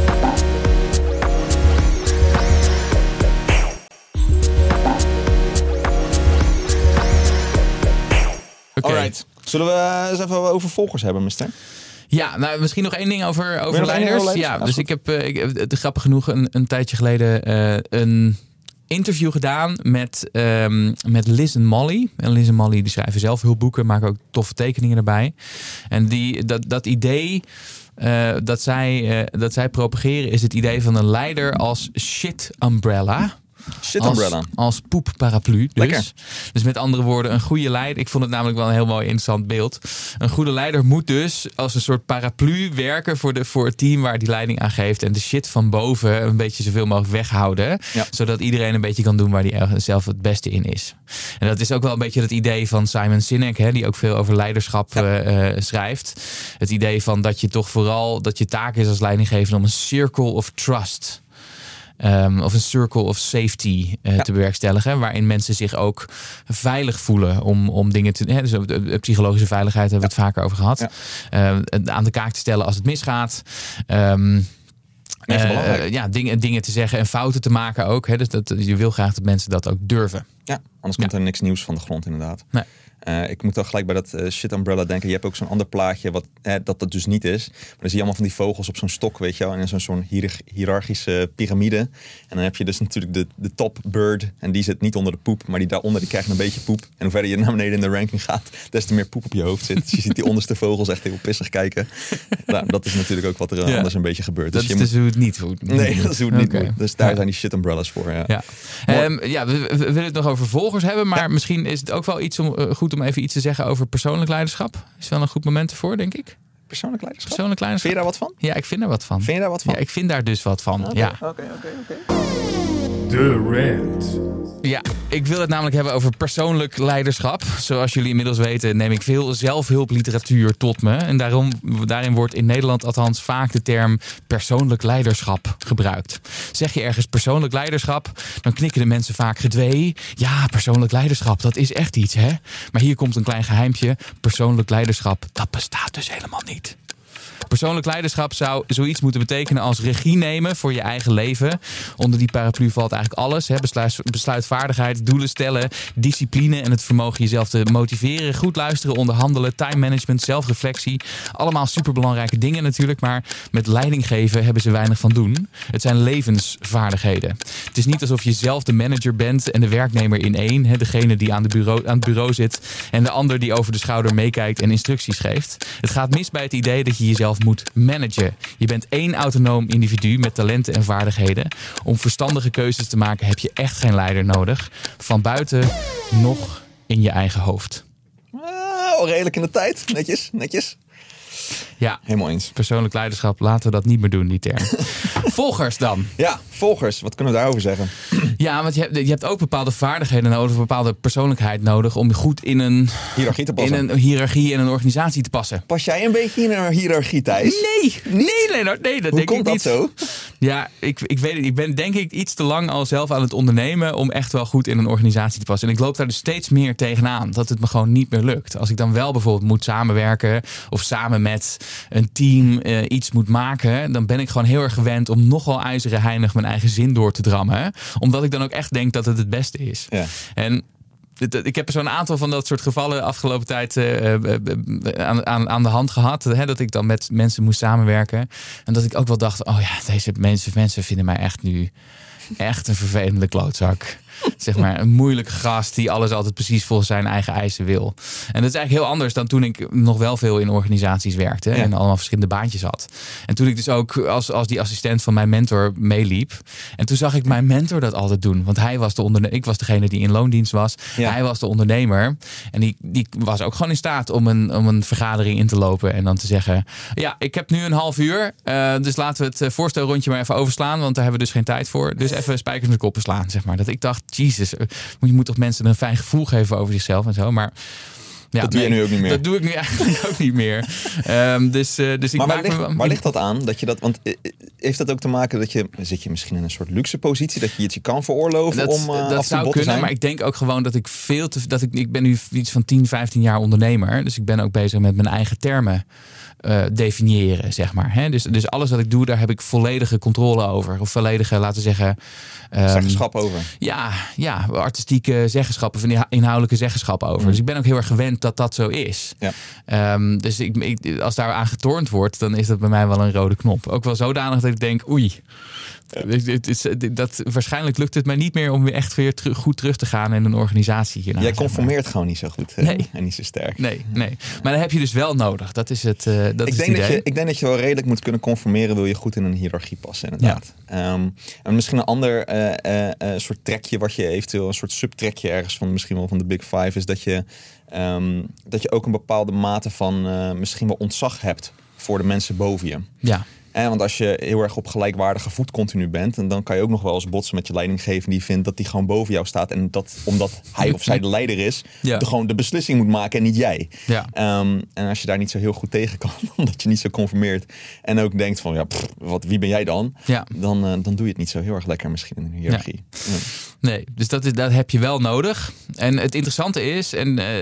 Okay. Alright. Zullen we eens even over volgers hebben, mister? Ja, nou misschien nog één ding over, over leiders. leiders. Ja, dus ik heb, uh, ik heb grappig genoeg een, een tijdje geleden uh, een interview gedaan met, um, met Liz en Molly. En Liz en Molly die schrijven zelf hulpboeken, maken ook toffe tekeningen erbij. En die, dat, dat idee... Uh, dat, zij, uh, dat zij propageren is het idee van een leider als shit umbrella. Shit als, umbrella. als poepparaplu. Dus. Lekker. Dus met andere woorden, een goede leider. Ik vond het namelijk wel een heel mooi interessant beeld. Een goede leider moet dus als een soort paraplu werken voor, de, voor het team waar die leiding aan geeft. En de shit van boven een beetje zoveel mogelijk weghouden. Ja. Zodat iedereen een beetje kan doen waar hij zelf het beste in is. En dat is ook wel een beetje het idee van Simon Sinek, hè, die ook veel over leiderschap ja. uh, schrijft. Het idee van dat je toch vooral, dat je taak is als leidinggever om een circle of trust Um, of een circle of safety uh, ja. te bewerkstelligen. Waarin mensen zich ook veilig voelen om, om dingen te... Hè, dus de psychologische veiligheid hebben we ja. het vaker over gehad. Ja. Uh, aan de kaak te stellen als het misgaat. Um, uh, ja, dingen, dingen te zeggen en fouten te maken ook. Hè, dus dat, je wil graag dat mensen dat ook durven. Ja, anders komt ja. er niks nieuws van de grond inderdaad. Nee. Uh, ik moet dan gelijk bij dat uh, shit umbrella denken. Je hebt ook zo'n ander plaatje wat eh, dat dat dus niet is. Maar dan zie je allemaal van die vogels op zo'n stok, weet je wel. En in zo'n, zo'n hier- hiërarchische piramide. En dan heb je dus natuurlijk de, de top bird. En die zit niet onder de poep. Maar die daaronder die krijgt een beetje poep. En hoe verder je naar beneden in de ranking gaat, des te meer poep op je hoofd zit. Dus je ziet die onderste vogels echt heel pissig kijken. Nou, dat is natuurlijk ook wat er ja. anders een beetje gebeurt. Dat dus is je dus moet... hoe het niet moet. Nee, dat is hoe het okay. niet moet. Dus daar ja. zijn die shit umbrellas voor. Ja, ja. Um, ja we, we willen het nog over volgers hebben. Maar ja. misschien is het ook wel iets om, uh, goed om even iets te zeggen over persoonlijk leiderschap. Is wel een goed moment ervoor, denk ik. Persoonlijk leiderschap? Persoonlijk leiderschap. Vind je daar wat van? Ja, ik vind er wat van. Vind je daar wat van? Ja, ik vind daar dus wat van. Oké, ja. oké, oké, oké. De rant. Ja, ik wil het namelijk hebben over persoonlijk leiderschap. Zoals jullie inmiddels weten neem ik veel zelfhulpliteratuur tot me. En daarom, daarin wordt in Nederland althans vaak de term persoonlijk leiderschap gebruikt. Zeg je ergens persoonlijk leiderschap, dan knikken de mensen vaak gedwee. Ja, persoonlijk leiderschap, dat is echt iets, hè? Maar hier komt een klein geheimpje. Persoonlijk leiderschap, dat bestaat dus helemaal niet. Persoonlijk leiderschap zou zoiets moeten betekenen als regie nemen voor je eigen leven. Onder die paraplu valt eigenlijk alles. Hè? Besluit, besluitvaardigheid, doelen stellen, discipline en het vermogen jezelf te motiveren. Goed luisteren, onderhandelen, time management, zelfreflectie. Allemaal superbelangrijke dingen natuurlijk. Maar met leiding geven hebben ze weinig van doen. Het zijn levensvaardigheden. Het is niet alsof je zelf de manager bent en de werknemer in één. Hè? Degene die aan, de bureau, aan het bureau zit en de ander die over de schouder meekijkt en instructies geeft. Het gaat mis bij het idee dat je jezelf moet managen. Je bent één autonoom individu met talenten en vaardigheden. Om verstandige keuzes te maken heb je echt geen leider nodig. Van buiten nog in je eigen hoofd. Oh, redelijk in de tijd. Netjes, netjes. Ja, helemaal eens. Persoonlijk leiderschap, laten we dat niet meer doen, die term. Volgers dan. Ja, volgers. Wat kunnen we daarover zeggen? Ja, want je hebt, je hebt ook bepaalde vaardigheden nodig, een bepaalde persoonlijkheid nodig om goed in een hiërarchie te passen. In een hiërarchie en een organisatie te passen. Pas jij een beetje in een hiërarchie, Thijs? Nee, nee, Lennart, nee, dat Hoe denk komt ik dat niet. zo? Ja, ik, ik weet het. Ik ben denk ik iets te lang al zelf aan het ondernemen om echt wel goed in een organisatie te passen. En ik loop daar dus steeds meer tegenaan. Dat het me gewoon niet meer lukt. Als ik dan wel bijvoorbeeld moet samenwerken of samen met een team uh, iets moet maken, dan ben ik gewoon heel erg gewend om nogal ijzeren heinig mijn eigen zin door te drammen. Omdat ik dan ook echt denk dat het het beste is. Ja. En ik heb zo'n aantal van dat soort gevallen de afgelopen tijd uh, aan, aan, aan de hand gehad. Hè, dat ik dan met mensen moest samenwerken. En dat ik ook wel dacht, oh ja, deze mensen, mensen vinden mij echt nu echt een vervelende klootzak. Zeg maar een moeilijke gast die alles altijd precies volgens zijn eigen eisen wil. En dat is eigenlijk heel anders dan toen ik nog wel veel in organisaties werkte. Ja. En allemaal verschillende baantjes had. En toen ik dus ook als, als die assistent van mijn mentor meeliep. En toen zag ik mijn mentor dat altijd doen. Want hij was de ondernemer. Ik was degene die in loondienst was. Ja. Hij was de ondernemer. En die, die was ook gewoon in staat om een, om een vergadering in te lopen. En dan te zeggen, ja, ik heb nu een half uur. Uh, dus laten we het voorstelrondje maar even overslaan. Want daar hebben we dus geen tijd voor. Dus even spijkers met koppen slaan, zeg maar. Dat ik dacht, Jezus, je moet toch mensen een fijn gevoel geven over zichzelf en zo. Maar ja, dat doe nee, je nu ook niet meer. Dat doe ik nu eigenlijk ook niet meer. Um, dus, uh, dus ik maar waar, maak ligt, me, waar ligt dat aan? Dat je dat, want heeft dat ook te maken dat je, zit je misschien in een soort luxe positie, dat je het je kan veroorloven dat, om uh, dat zou kunnen, maar ik denk ook gewoon dat ik veel te, dat ik, ik ben nu iets van tien, vijftien jaar ondernemer. Dus ik ben ook bezig met mijn eigen termen Uh, definiëren, zeg maar. Hè? Dus, dus alles wat ik doe, daar heb ik volledige controle over. Of volledige, laten we zeggen... Um, zeggenschap over. Ja, ja, artistieke zeggenschap of inhoudelijke zeggenschap over. Mm. Dus ik ben ook heel erg gewend dat dat zo is. Ja. Um, dus ik, ik, als daar aan getornd wordt, dan is dat bij mij wel een rode knop. Ook wel zodanig dat ik denk, oei... Ja. Dat, waarschijnlijk lukt het mij niet meer om weer echt weer terug, goed terug te gaan in een organisatie. Hierna, Jij conformeert zeg maar. gewoon niet zo goed hè? Nee. En niet zo sterk. Nee, nee. Maar dat heb je dus wel nodig. Dat is het, uh, dat ik is denk het dat idee. je, ik denk dat je wel redelijk moet kunnen conformeren, wil je goed in een hiërarchie passen, inderdaad. Ja. Um, en misschien een ander uh, uh, uh, soort trekje, wat je eventueel, een soort subtrekje ergens van misschien wel van de Big Five, is dat je, um, dat je ook een bepaalde mate van uh, misschien wel ontzag hebt voor de mensen boven je. Ja. En want als je heel erg op gelijkwaardige voet continu bent, en dan kan je ook nog wel eens botsen met je leidinggever die vindt dat die gewoon boven jou staat. En dat omdat hij of zij de leider is, ja. de, gewoon de beslissing moet maken en niet jij. Ja. Um, en als je daar niet zo heel goed tegen kan, omdat je niet zo conformeert en ook denkt van, ja, pff, wat, wie ben jij dan? Ja. Dan, uh, dan doe je het niet zo heel erg lekker misschien in een hiërarchie. Ja. Ja. Nee, dus dat, is, dat heb je wel nodig. En het interessante is, en uh,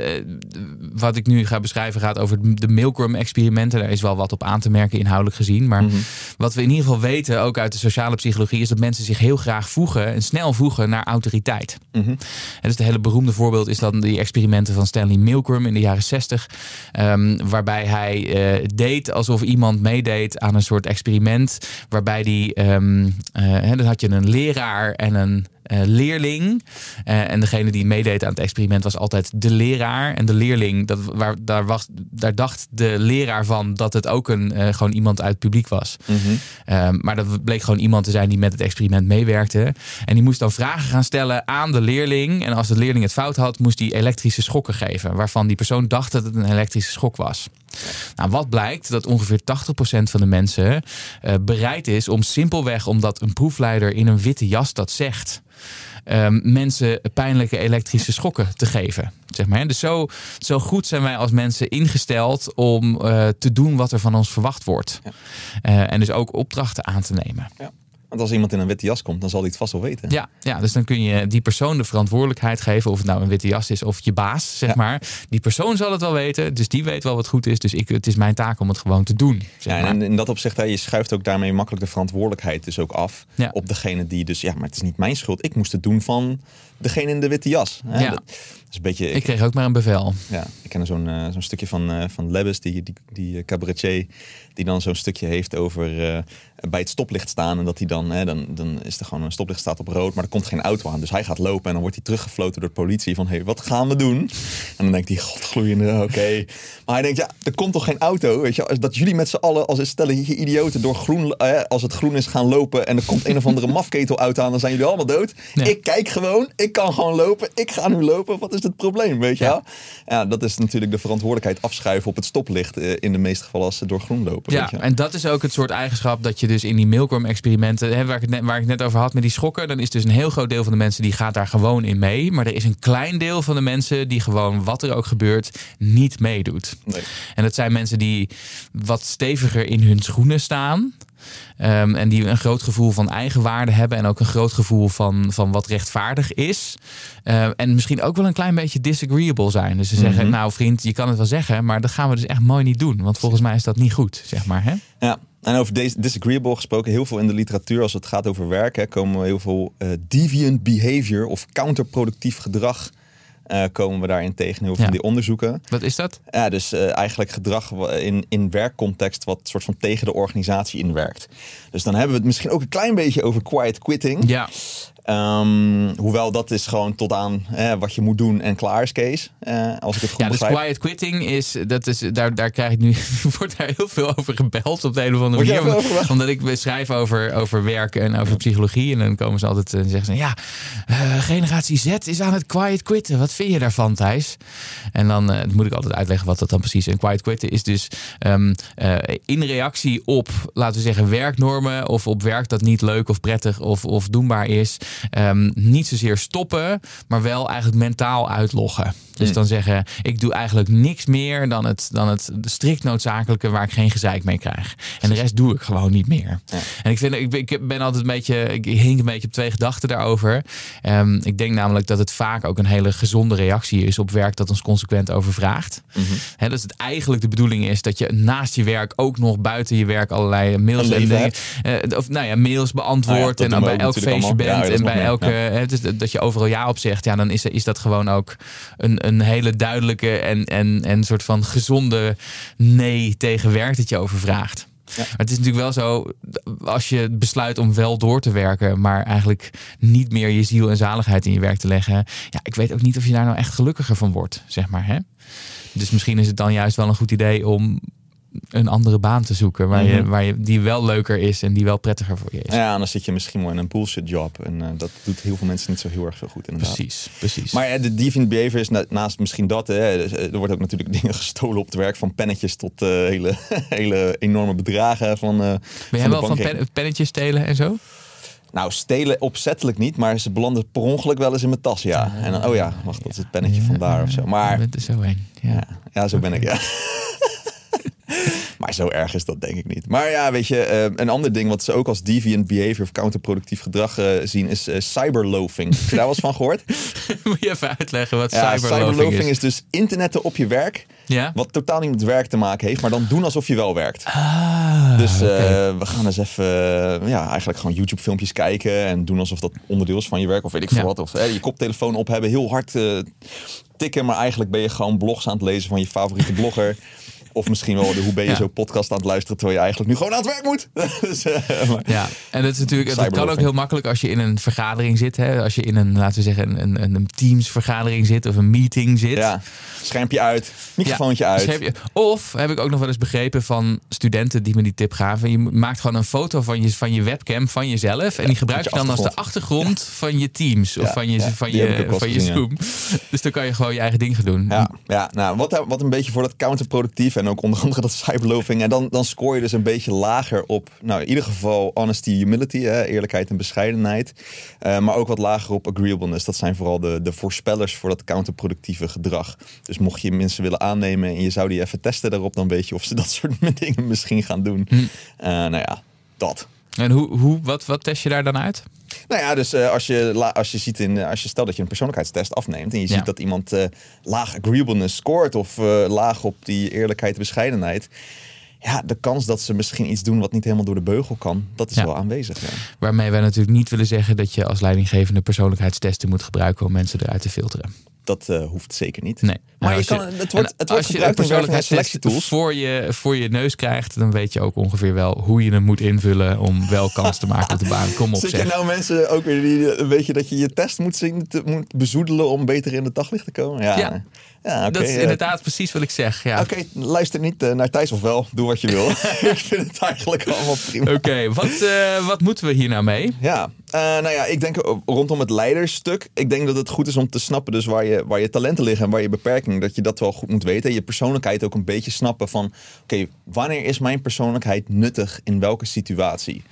wat ik nu ga beschrijven gaat over de Milgram-experimenten. Daar is wel wat op aan te merken inhoudelijk gezien. Maar mm-hmm. wat we in ieder geval weten, ook uit de sociale psychologie, is dat mensen zich heel graag voegen en snel voegen naar autoriteit. Mm-hmm. En dus de hele beroemde voorbeeld is dan die experimenten van Stanley Milgram in de jaren zestig. Um, waarbij hij uh, deed alsof iemand meedeed aan een soort experiment. Waarbij die, um, uh, dan had je een leraar en een Uh, leerling. Uh, en degene die meedeed aan het experiment was altijd de leraar. En de leerling, dat, waar, daar, was, daar dacht de leraar van dat het ook een, uh, gewoon iemand uit het publiek was. Mm-hmm. Uh, maar dat bleek gewoon iemand te zijn die met het experiment meewerkte. En die moest dan vragen gaan stellen aan de leerling. En als de leerling het fout had, moest hij elektrische schokken geven. Waarvan die persoon dacht dat het een elektrische schok was. Nou, wat blijkt? Dat ongeveer tachtig procent van de mensen uh, bereid is om simpelweg omdat een proefleider in een witte jas dat zegt, Um, mensen pijnlijke elektrische schokken te geven. Zeg maar. Dus zo, zo goed zijn wij als mensen ingesteld om uh, te doen wat er van ons verwacht wordt. Ja. Uh, en dus ook opdrachten aan te nemen. Ja. Want als iemand in een witte jas komt, dan zal hij het vast wel weten. Ja, ja, dus dan kun je die persoon de verantwoordelijkheid geven. Of het nou een witte jas is of je baas, zeg ja. maar. Die persoon zal het wel weten. Dus die weet wel wat goed is. Dus ik, het is mijn taak om het gewoon te doen. Zeg ja, maar. en in dat opzicht, hè, je schuift ook daarmee makkelijk de verantwoordelijkheid dus ook af. Ja. Op degene die dus, ja, maar het is niet mijn schuld. Ik moest het doen van degene in de witte jas. Hè? Ja. Dat is een beetje, ik, ik kreeg ook maar een bevel. Ja, ik ken zo'n, uh, zo'n stukje van, uh, van Lebbes, die, die, die cabaretier, die dan zo'n stukje heeft over uh, bij het stoplicht staan. En dat hij dan, hè, dan, dan is er gewoon een stoplicht staat op rood, maar er komt geen auto aan. Dus hij gaat lopen en dan wordt hij teruggefloten door de politie van, hé, hey, wat gaan we doen? En dan denkt hij, godgloeiende, oké. Okay. Maar hij denkt, ja, er komt toch geen auto? Weet je, dat jullie met z'n allen als een stelletje idioten door groen, uh, als het groen is gaan lopen en er komt een of andere mafketelauto aan, dan zijn jullie allemaal dood. Ja. Ik kijk gewoon, ik kan gewoon lopen, ik ga nu lopen. Wat is het probleem, weet je? Ja, ja dat is natuurlijk de verantwoordelijkheid afschuiven op het stoplicht uh, in de meeste gevallen als ze door groen lopen. Ja, weet je? En dat is ook het soort eigenschap dat je dus in die Milgram-experimenten, hè, waar, ik het net, waar ik het net over had met die schokken, dan is dus een heel groot deel van de mensen die gaat daar gewoon in mee. Maar er is een klein deel van de mensen die gewoon, wat er ook gebeurt, niet meedoet. Nee. En dat zijn mensen die wat steviger in hun schoenen staan. Um, en die een groot gevoel van eigenwaarde hebben. En ook een groot gevoel van, van wat rechtvaardig is. Uh, en misschien ook wel een klein beetje disagreeable zijn. Dus ze mm-hmm. zeggen, nou vriend, je kan het wel zeggen, maar dat gaan we dus echt mooi niet doen. Want volgens mij is dat niet goed, zeg maar. Hè? Ja. En over disagreeable gesproken, heel veel in de literatuur, als het gaat over werk, hè, komen we heel veel uh, deviant behavior of counterproductief gedrag. Uh, komen we daarin tegen heel veel ja. van die onderzoeken. Wat is dat? Ja, dus uh, eigenlijk gedrag in, in werkcontext wat soort van tegen de organisatie inwerkt. Dus dan hebben we het misschien ook een klein beetje over quiet quitting. Ja. Um, hoewel dat is gewoon tot aan eh, wat je moet doen en klaar is, Kees. Uh, als ik het goed ja, begrijp. Dus quiet quitting is, dat is daar, daar krijg ik nu, wordt daar heel veel over gebeld op de een of andere manier. Omdat, omdat ik beschrijf over, over werk en over psychologie. En dan komen ze altijd en zeggen ze, ja, uh, generatie Z is aan het quiet quitten. Wat vind je daarvan, Thijs? En dan uh, moet ik altijd uitleggen wat dat dan precies is. En quiet quitten is dus um, uh, in reactie op, laten we zeggen, werknormen of op werk dat niet leuk of prettig of, of doenbaar is. Um, niet zozeer stoppen, maar wel eigenlijk mentaal uitloggen. Dus hmm. dan zeggen, ik doe eigenlijk niks meer dan het, dan het strikt noodzakelijke waar ik geen gezeik mee krijg. En de rest doe ik gewoon niet meer. Ja. En ik, vind, ik, ik ben altijd een beetje, ik hink een beetje op twee gedachten daarover. Um, ik denk namelijk dat het vaak ook een hele gezonde reactie is op werk dat ons consequent overvraagt. Mm-hmm. He, dat het eigenlijk de bedoeling is dat je naast je werk ook nog buiten je werk allerlei mails en dingen, uh, of nou ja, mails beantwoordt ah, ja, en bij elk feestje bent ja, en bij elke, ja. he, dus dat je overal ja op zegt, ja, dan is, is dat gewoon ook een, een hele duidelijke en, en, en soort van gezonde nee tegen werk dat je overvraagt. Ja. Maar het is natuurlijk wel zo, als je besluit om wel door te werken, maar eigenlijk niet meer je ziel en zaligheid in je werk te leggen. Ja, ik weet ook niet of je daar nou echt gelukkiger van wordt, zeg maar. Hè? Dus misschien is het dan juist wel een goed idee om een andere baan te zoeken. Waar Mm-hmm. je, waar je, die wel leuker is en die wel prettiger voor je is. Ja, en dan zit je misschien wel in een bullshit job. En uh, dat doet heel veel mensen niet zo heel erg veel goed inderdaad. Precies, precies. Maar ja, de deviant behavior is na, naast misschien dat. Hè, er wordt ook natuurlijk dingen gestolen op het werk. Van pennetjes tot uh, hele, hele enorme bedragen. Van, uh, ben jij van wel van pen, pennetjes stelen en zo? Nou, stelen opzettelijk niet, maar ze belanden per ongeluk wel eens in mijn tas, ja. En dan, oh ja, wacht, dat is het pennetje ja, vandaar of zo. Maar, je bent er zo heen. Ja, ja, ja zo ben ik, ja. Maar zo erg is dat denk ik niet. Maar ja, weet je, uh, een ander ding wat ze ook als deviant behavior of counterproductief gedrag uh, zien is uh, cyberloafing. Heb je daar wel eens van gehoord? Moet je even uitleggen wat Ja, cyberloafing, cyberloafing is? is dus internetten op je werk. Ja? Wat totaal niet met werk te maken heeft, maar dan doen alsof je wel werkt. Ah, Dus uh, okay. we gaan eens even, uh, ja, eigenlijk gewoon YouTube filmpjes kijken en doen alsof dat onderdeel is van je werk. Of weet ik veel Ja. wat. Of uh, je koptelefoon op hebben, heel hard uh, tikken, maar eigenlijk ben je gewoon blogs aan het lezen van je favoriete blogger. Of misschien wel de Hoe ben je Ja. zo podcast aan het luisteren terwijl je eigenlijk nu gewoon aan het werk moet. dus, uh, maar... Ja, en dat is natuurlijk, dat kan ook Cyberloafing. heel makkelijk als je in een vergadering zit. Hè? Als je in een, laten we zeggen, een, een, een Teams vergadering zit of een meeting zit. Ja, schermpje uit, microfoontje uit. Schermpje. Of heb ik ook nog wel eens begrepen van studenten die me die tip gaven. Je maakt gewoon een foto van je, van je webcam van jezelf. En die gebruik je je dan als de achtergrond. achtergrond van je Teams. Of Ja, van je, ja, van die heb ik je, ook wel van je eens gezien, Zoom. Dus dan kan je gewoon je eigen ding gaan doen. Ja, ja nou, wat, wat een beetje voor dat counterproductief en ook onder andere dat cyberloafing. En dan, dan scoor je dus een beetje lager op, nou in ieder geval honesty, humility, hè, eerlijkheid en bescheidenheid. Uh, maar ook wat lager op agreeableness. Dat zijn vooral de, de voorspellers voor dat counterproductieve gedrag. Dus mocht je mensen willen aannemen en je zou die even testen daarop, dan weet je of ze dat soort dingen misschien gaan doen. Hm. Uh, nou ja, dat. En hoe, hoe, wat, wat test je daar dan uit? Nou ja, dus uh, als je als je ziet in als je stelt dat je een persoonlijkheidstest afneemt en je ja. ziet dat iemand uh, laag agreeableness scoort of uh, laag op die eerlijkheid en bescheidenheid. Ja, de kans dat ze misschien iets doen wat niet helemaal door de beugel kan, dat is ja. wel aanwezig. Ja. Waarmee wij natuurlijk niet willen zeggen dat je als leidinggevende persoonlijkheidstesten moet gebruiken om mensen eruit te filteren. Dat uh, hoeft zeker niet. Nee. Maar je kan, je, het wordt, het wordt gebruikt in persoonlijkheidselectietools. Voor je, voor je neus krijgt, dan weet je ook ongeveer wel hoe je hem moet invullen om wel kans te maken op de baan. Kom op, Zit zeg. je nou mensen ook weer die, een beetje dat je je test moet, zien, te, moet bezoedelen om beter in het daglicht te komen? Ja, ja. ja okay, dat is uh, inderdaad precies wat ik zeg. Ja. Oké, okay, luister niet uh, naar Thijs of wel. Doe wat je wil. Ik vind het eigenlijk allemaal prima. Oké, okay, wat, uh, wat moeten we hier nou mee? Ja, uh, nou ja, ik denk rondom het leidersstuk. Ik denk dat het goed is om te snappen dus waar je, waar je talenten liggen en waar je beperkingen. Dat je dat wel goed moet weten. Je persoonlijkheid ook een beetje snappen van, oké, okay, wanneer is mijn persoonlijkheid nuttig in welke situatie?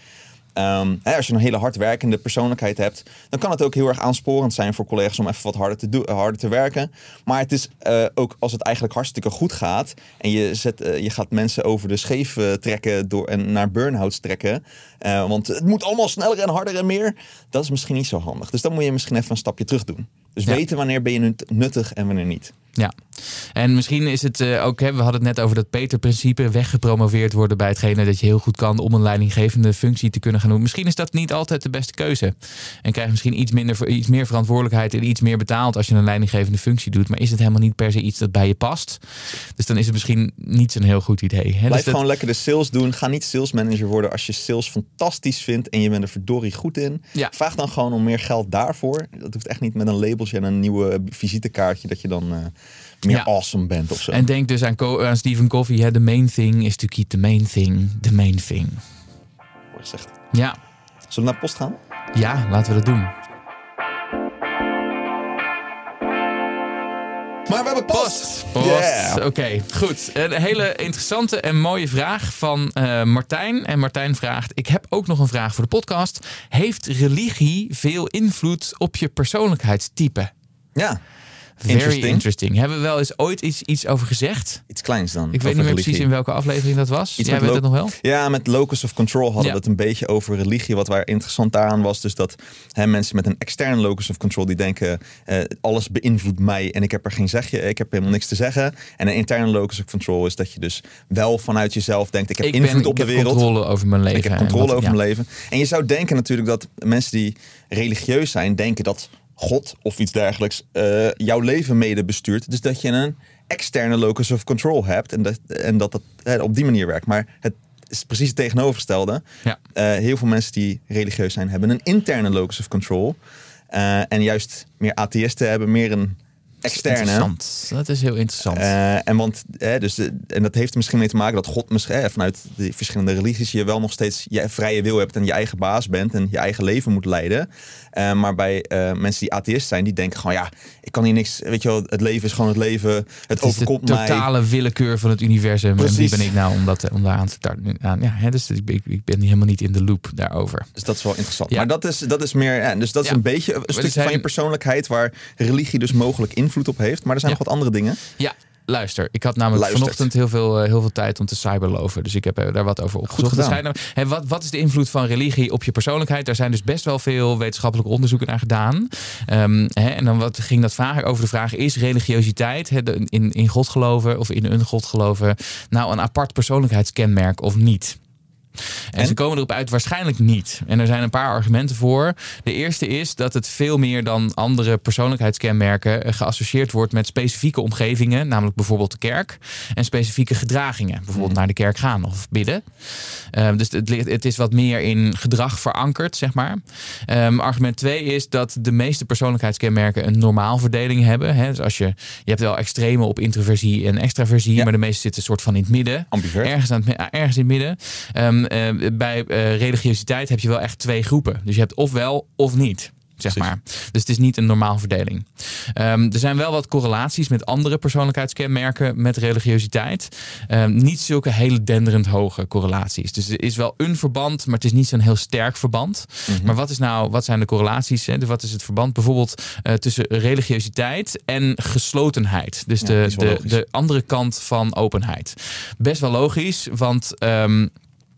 Um, hè, als je een hele hardwerkende persoonlijkheid hebt, dan kan het ook heel erg aansporend zijn voor collega's om even wat harder te, do- harder te werken. Maar het is uh, ook als het eigenlijk hartstikke goed gaat en je, zet, uh, je gaat mensen over de scheef uh, trekken door, en naar burn-outs trekken. Uh, want het moet allemaal sneller en harder en meer. Dat is misschien niet zo handig. Dus dan moet je misschien even een stapje terug doen. Dus ja. weten wanneer ben je nuttig en wanneer niet. Ja, en misschien is het uh, ook, hè, we hadden het net over dat Peter-principe, weggepromoveerd worden bij hetgene dat je heel goed kan om een leidinggevende functie te kunnen gaan doen. Misschien is dat niet altijd de beste keuze. En krijg je misschien iets, minder, iets meer verantwoordelijkheid en iets meer betaald als je een leidinggevende functie doet. Maar is het helemaal niet per se iets dat bij je past. Dus dan is het misschien niet zo'n heel goed idee. Hè? Blijf dus gewoon dat... lekker de sales doen. Ga niet salesmanager worden als je sales fantastisch vindt en je bent er verdorie goed in. Ja. Vraag dan gewoon om meer geld daarvoor. Dat hoeft echt niet met een labeltje en een nieuwe visitekaartje dat je dan uh, meer ja. awesome bent of zo. En denk dus aan, Co- aan Stephen Covey. Hè? The main thing is to keep the main thing the main thing. Wat zegt. Ja. Zullen we naar post gaan? Ja, laten we dat doen. Maar we hebben post! Post! Yeah. Oké, okay, goed. Een hele interessante en mooie vraag van uh, Martijn. En Martijn vraagt, ik heb ook nog een vraag voor de podcast. Heeft religie veel invloed op je persoonlijkheidstype? Ja. Very interesting. interesting. Hebben we wel eens ooit iets, iets over gezegd? Iets kleins dan. Ik weet niet meer precies in welke aflevering dat was. Iets Jij weet lo- het nog wel? Ja, met Locus of Control hadden ja. we het een beetje over religie. Wat waar interessant daaraan was. Dus dat hè, mensen met een externe Locus of Control die denken uh, alles beïnvloedt mij en ik heb er geen zegje. Ik heb helemaal niks te zeggen. En een interne Locus of Control is dat je dus wel vanuit jezelf denkt ik heb ik invloed ben, op de heb wereld. Ik heb controle over mijn leven. Ik heb controle wat, over ja. mijn leven. En je zou denken natuurlijk dat mensen die religieus zijn denken dat God of iets dergelijks uh, jouw leven mede bestuurt. Dus dat je een externe locus of control hebt en dat en dat, dat hè, op die manier werkt. Maar het is precies het tegenovergestelde. Ja. Uh, heel veel mensen die religieus zijn hebben een interne locus of control. Uh, en juist meer atheïsten hebben meer een externe. Interessant. Dat is heel interessant. Uh, en, want, eh, dus de, en dat heeft er misschien mee te maken dat God misschien, eh, vanuit de verschillende religies je wel nog steeds je vrije wil hebt en je eigen baas bent en je eigen leven moet leiden. Uh, maar bij uh, mensen die atheïst zijn, die denken gewoon ja, ik kan hier niks, weet je wel, het leven is gewoon het leven, het, het overkomt mij. Het is de totale mij. willekeur van het universum. Precies. En wie ben ik nou om, dat, om daar aan te starten? Ja, hè, dus ik, ik, ik ben helemaal niet in de loop daarover. Dus dat is wel interessant. Ja. Maar dat is, dat is meer, ja, dus dat is ja. een beetje een stukje zijn... van je persoonlijkheid waar religie dus mogelijk invloed op heeft. Maar er zijn ja. nog wat andere dingen. Ja. Luister, ik had namelijk Luistert. vanochtend heel veel, uh, heel veel tijd om te cyberloven. Dus ik heb uh, daar wat over opgezocht. Er zijn, uh, wat, wat is de invloed van religie op je persoonlijkheid? Daar zijn dus best wel veel wetenschappelijke onderzoeken naar gedaan. Um, hè, en dan wat ging dat vragen over de vraag: is religiositeit, hè, de, in, in God geloven of in een God geloven, nou een apart persoonlijkheidskenmerk of niet? En, en ze komen erop uit waarschijnlijk niet. En er zijn een paar argumenten voor. De eerste is dat het veel meer dan andere persoonlijkheidskenmerken geassocieerd wordt met specifieke omgevingen, namelijk bijvoorbeeld de kerk, en specifieke gedragingen, bijvoorbeeld hmm. naar de kerk gaan of bidden. Um, dus het, het is wat meer in gedrag verankerd, zeg maar. Um, argument twee is dat de meeste persoonlijkheidskenmerken een normaalverdeling hebben. Hè? Dus als je, je hebt wel extreme op introversie en extraversie, ja. maar de meeste zitten soort van in het midden. Ambivert. Ergens, aan het, ergens in het midden. Um, Uh, bij uh, religiositeit heb je wel echt twee groepen. Dus je hebt ofwel of niet, zeg maar. Dus het is niet een normaal verdeling. Um, er zijn wel wat correlaties met andere persoonlijkheidskenmerken met religiositeit. Um, niet zulke hele denderend hoge correlaties. Dus er is wel een verband, maar het is niet zo'n heel sterk verband. Mm-hmm. Maar wat is nou, wat zijn de correlaties? Hè? Dus wat is het verband bijvoorbeeld uh, tussen religiositeit en geslotenheid? Dus ja, de, de, de andere kant van openheid. Best wel logisch, want Um,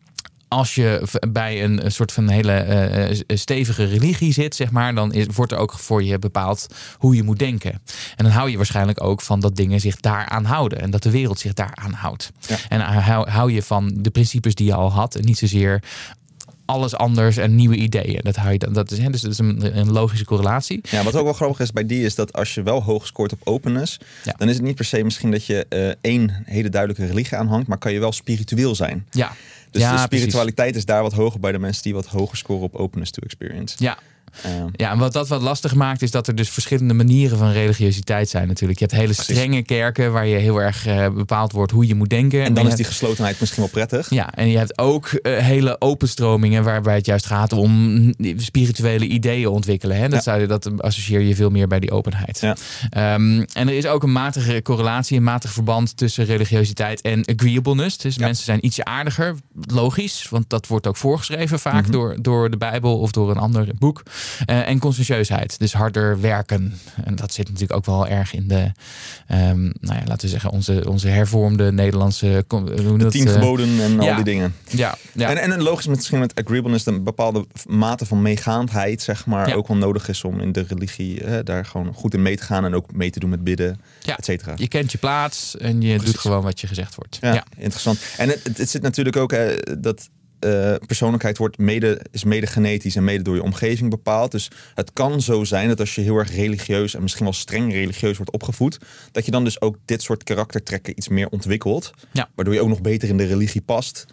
als je bij een, een soort van hele uh, stevige religie zit, zeg maar, dan is, wordt er ook voor je bepaald hoe je moet denken. En dan hou je waarschijnlijk ook van dat dingen zich daaraan houden en dat de wereld zich daaraan houdt. Ja. En hou, hou je van de principes die je al had en niet zozeer alles anders en nieuwe ideeën. Dat hou je dan. Dat is, hè, dus dat is een, een logische correlatie. Ja, wat ook wel grappig is bij die is dat als je wel hoog scoort op openness, ja. dan is het niet per se misschien dat je uh, één hele duidelijke religie aanhangt, maar kan je wel spiritueel zijn. Ja. Dus ja, de spiritualiteit precies. is daar wat hoger bij de mensen die wat hoger scoren op openness to experience. Ja. Um. Ja, en wat dat wat lastig maakt is dat er dus verschillende manieren van religiositeit zijn natuurlijk. Je hebt hele strenge kerken waar je heel erg uh, bepaald wordt hoe je moet denken. En dan en is die geslotenheid misschien wel prettig. Ja, en je hebt ook uh, hele open stromingen waarbij het juist gaat om spirituele ideeën ontwikkelen. Hè? Dat, ja. zou je, dat associeer je veel meer bij die openheid. Ja. Um, en er is ook een matige correlatie, een matig verband tussen religiositeit en agreeableness. Dus ja. mensen zijn ietsje aardiger, logisch, want dat wordt ook voorgeschreven vaak mm-hmm. door, door de Bijbel of door een ander boek. Uh, en conscientieusheid, dus harder werken. En dat zit natuurlijk ook wel erg in de, um, nou ja, laten we zeggen, onze, onze hervormde Nederlandse hoe de tien geboden en al ja. die dingen. Ja, ja. En, en een logisch misschien met agreeableness een bepaalde mate van meegaandheid, zeg maar, ja. ook wel nodig is om in de religie eh, daar gewoon goed in mee te gaan en ook mee te doen met bidden, ja. et cetera. Je kent je plaats en je Precies. doet gewoon wat je gezegd wordt. Ja, ja. interessant. En het, het zit natuurlijk ook eh, dat Uh, persoonlijkheid wordt mede, is mede genetisch en mede door je omgeving bepaald. Dus het kan zo zijn dat als je heel erg religieus en misschien wel streng religieus wordt opgevoed, dat je dan dus ook dit soort karaktertrekken iets meer ontwikkelt. Ja. Waardoor je ook nog beter in de religie past.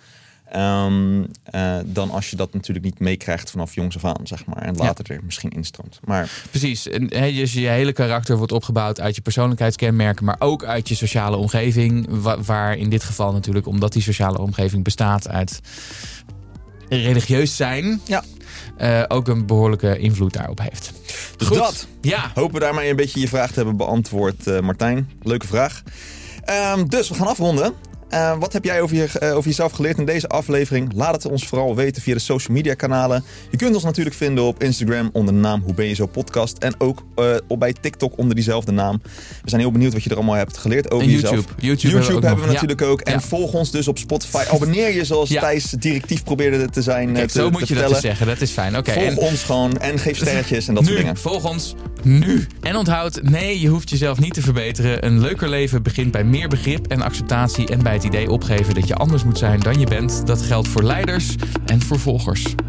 Um, uh, dan als je dat natuurlijk niet meekrijgt vanaf jongs af aan, zeg maar. En later ja. er misschien instroomt. Maar precies. En, he, dus je hele karakter wordt opgebouwd uit je persoonlijkheidskenmerken, maar ook uit je sociale omgeving. Wa- waar in dit geval natuurlijk, omdat die sociale omgeving bestaat uit religieus zijn, ja. uh, ook een behoorlijke invloed daarop heeft. Dus Goed. dat. Ja. Hopen we daarmee een beetje je vraag te hebben beantwoord, uh, Martijn. Leuke vraag. Um, dus we gaan afronden. Uh, wat heb jij over, je, uh, over jezelf geleerd in deze aflevering? Laat het ons vooral weten via de social media kanalen. Je kunt ons natuurlijk vinden op Instagram onder de naam Hoe Ben Je Zo Podcast. En ook uh, op bij TikTok onder diezelfde naam. We zijn heel benieuwd wat je er allemaal hebt geleerd over en YouTube. jezelf. YouTube, YouTube hebben we, hebben we natuurlijk ja. ook. En ja. volg ons dus op Spotify. Abonneer je zoals ja. Thijs directief probeerde te zijn. Kijk, te, zo te moet je vertellen. dat dus zeggen. Dat is fijn. Okay, volg en... ons gewoon en geef sterretjes en dat nu, soort dingen. Volg ons nu. En onthoud, nee, je hoeft jezelf niet te verbeteren. Een leuker leven begint bij meer begrip en acceptatie en bij het idee opgeven dat je anders moet zijn dan je bent. Dat geldt voor leiders en voor volgers.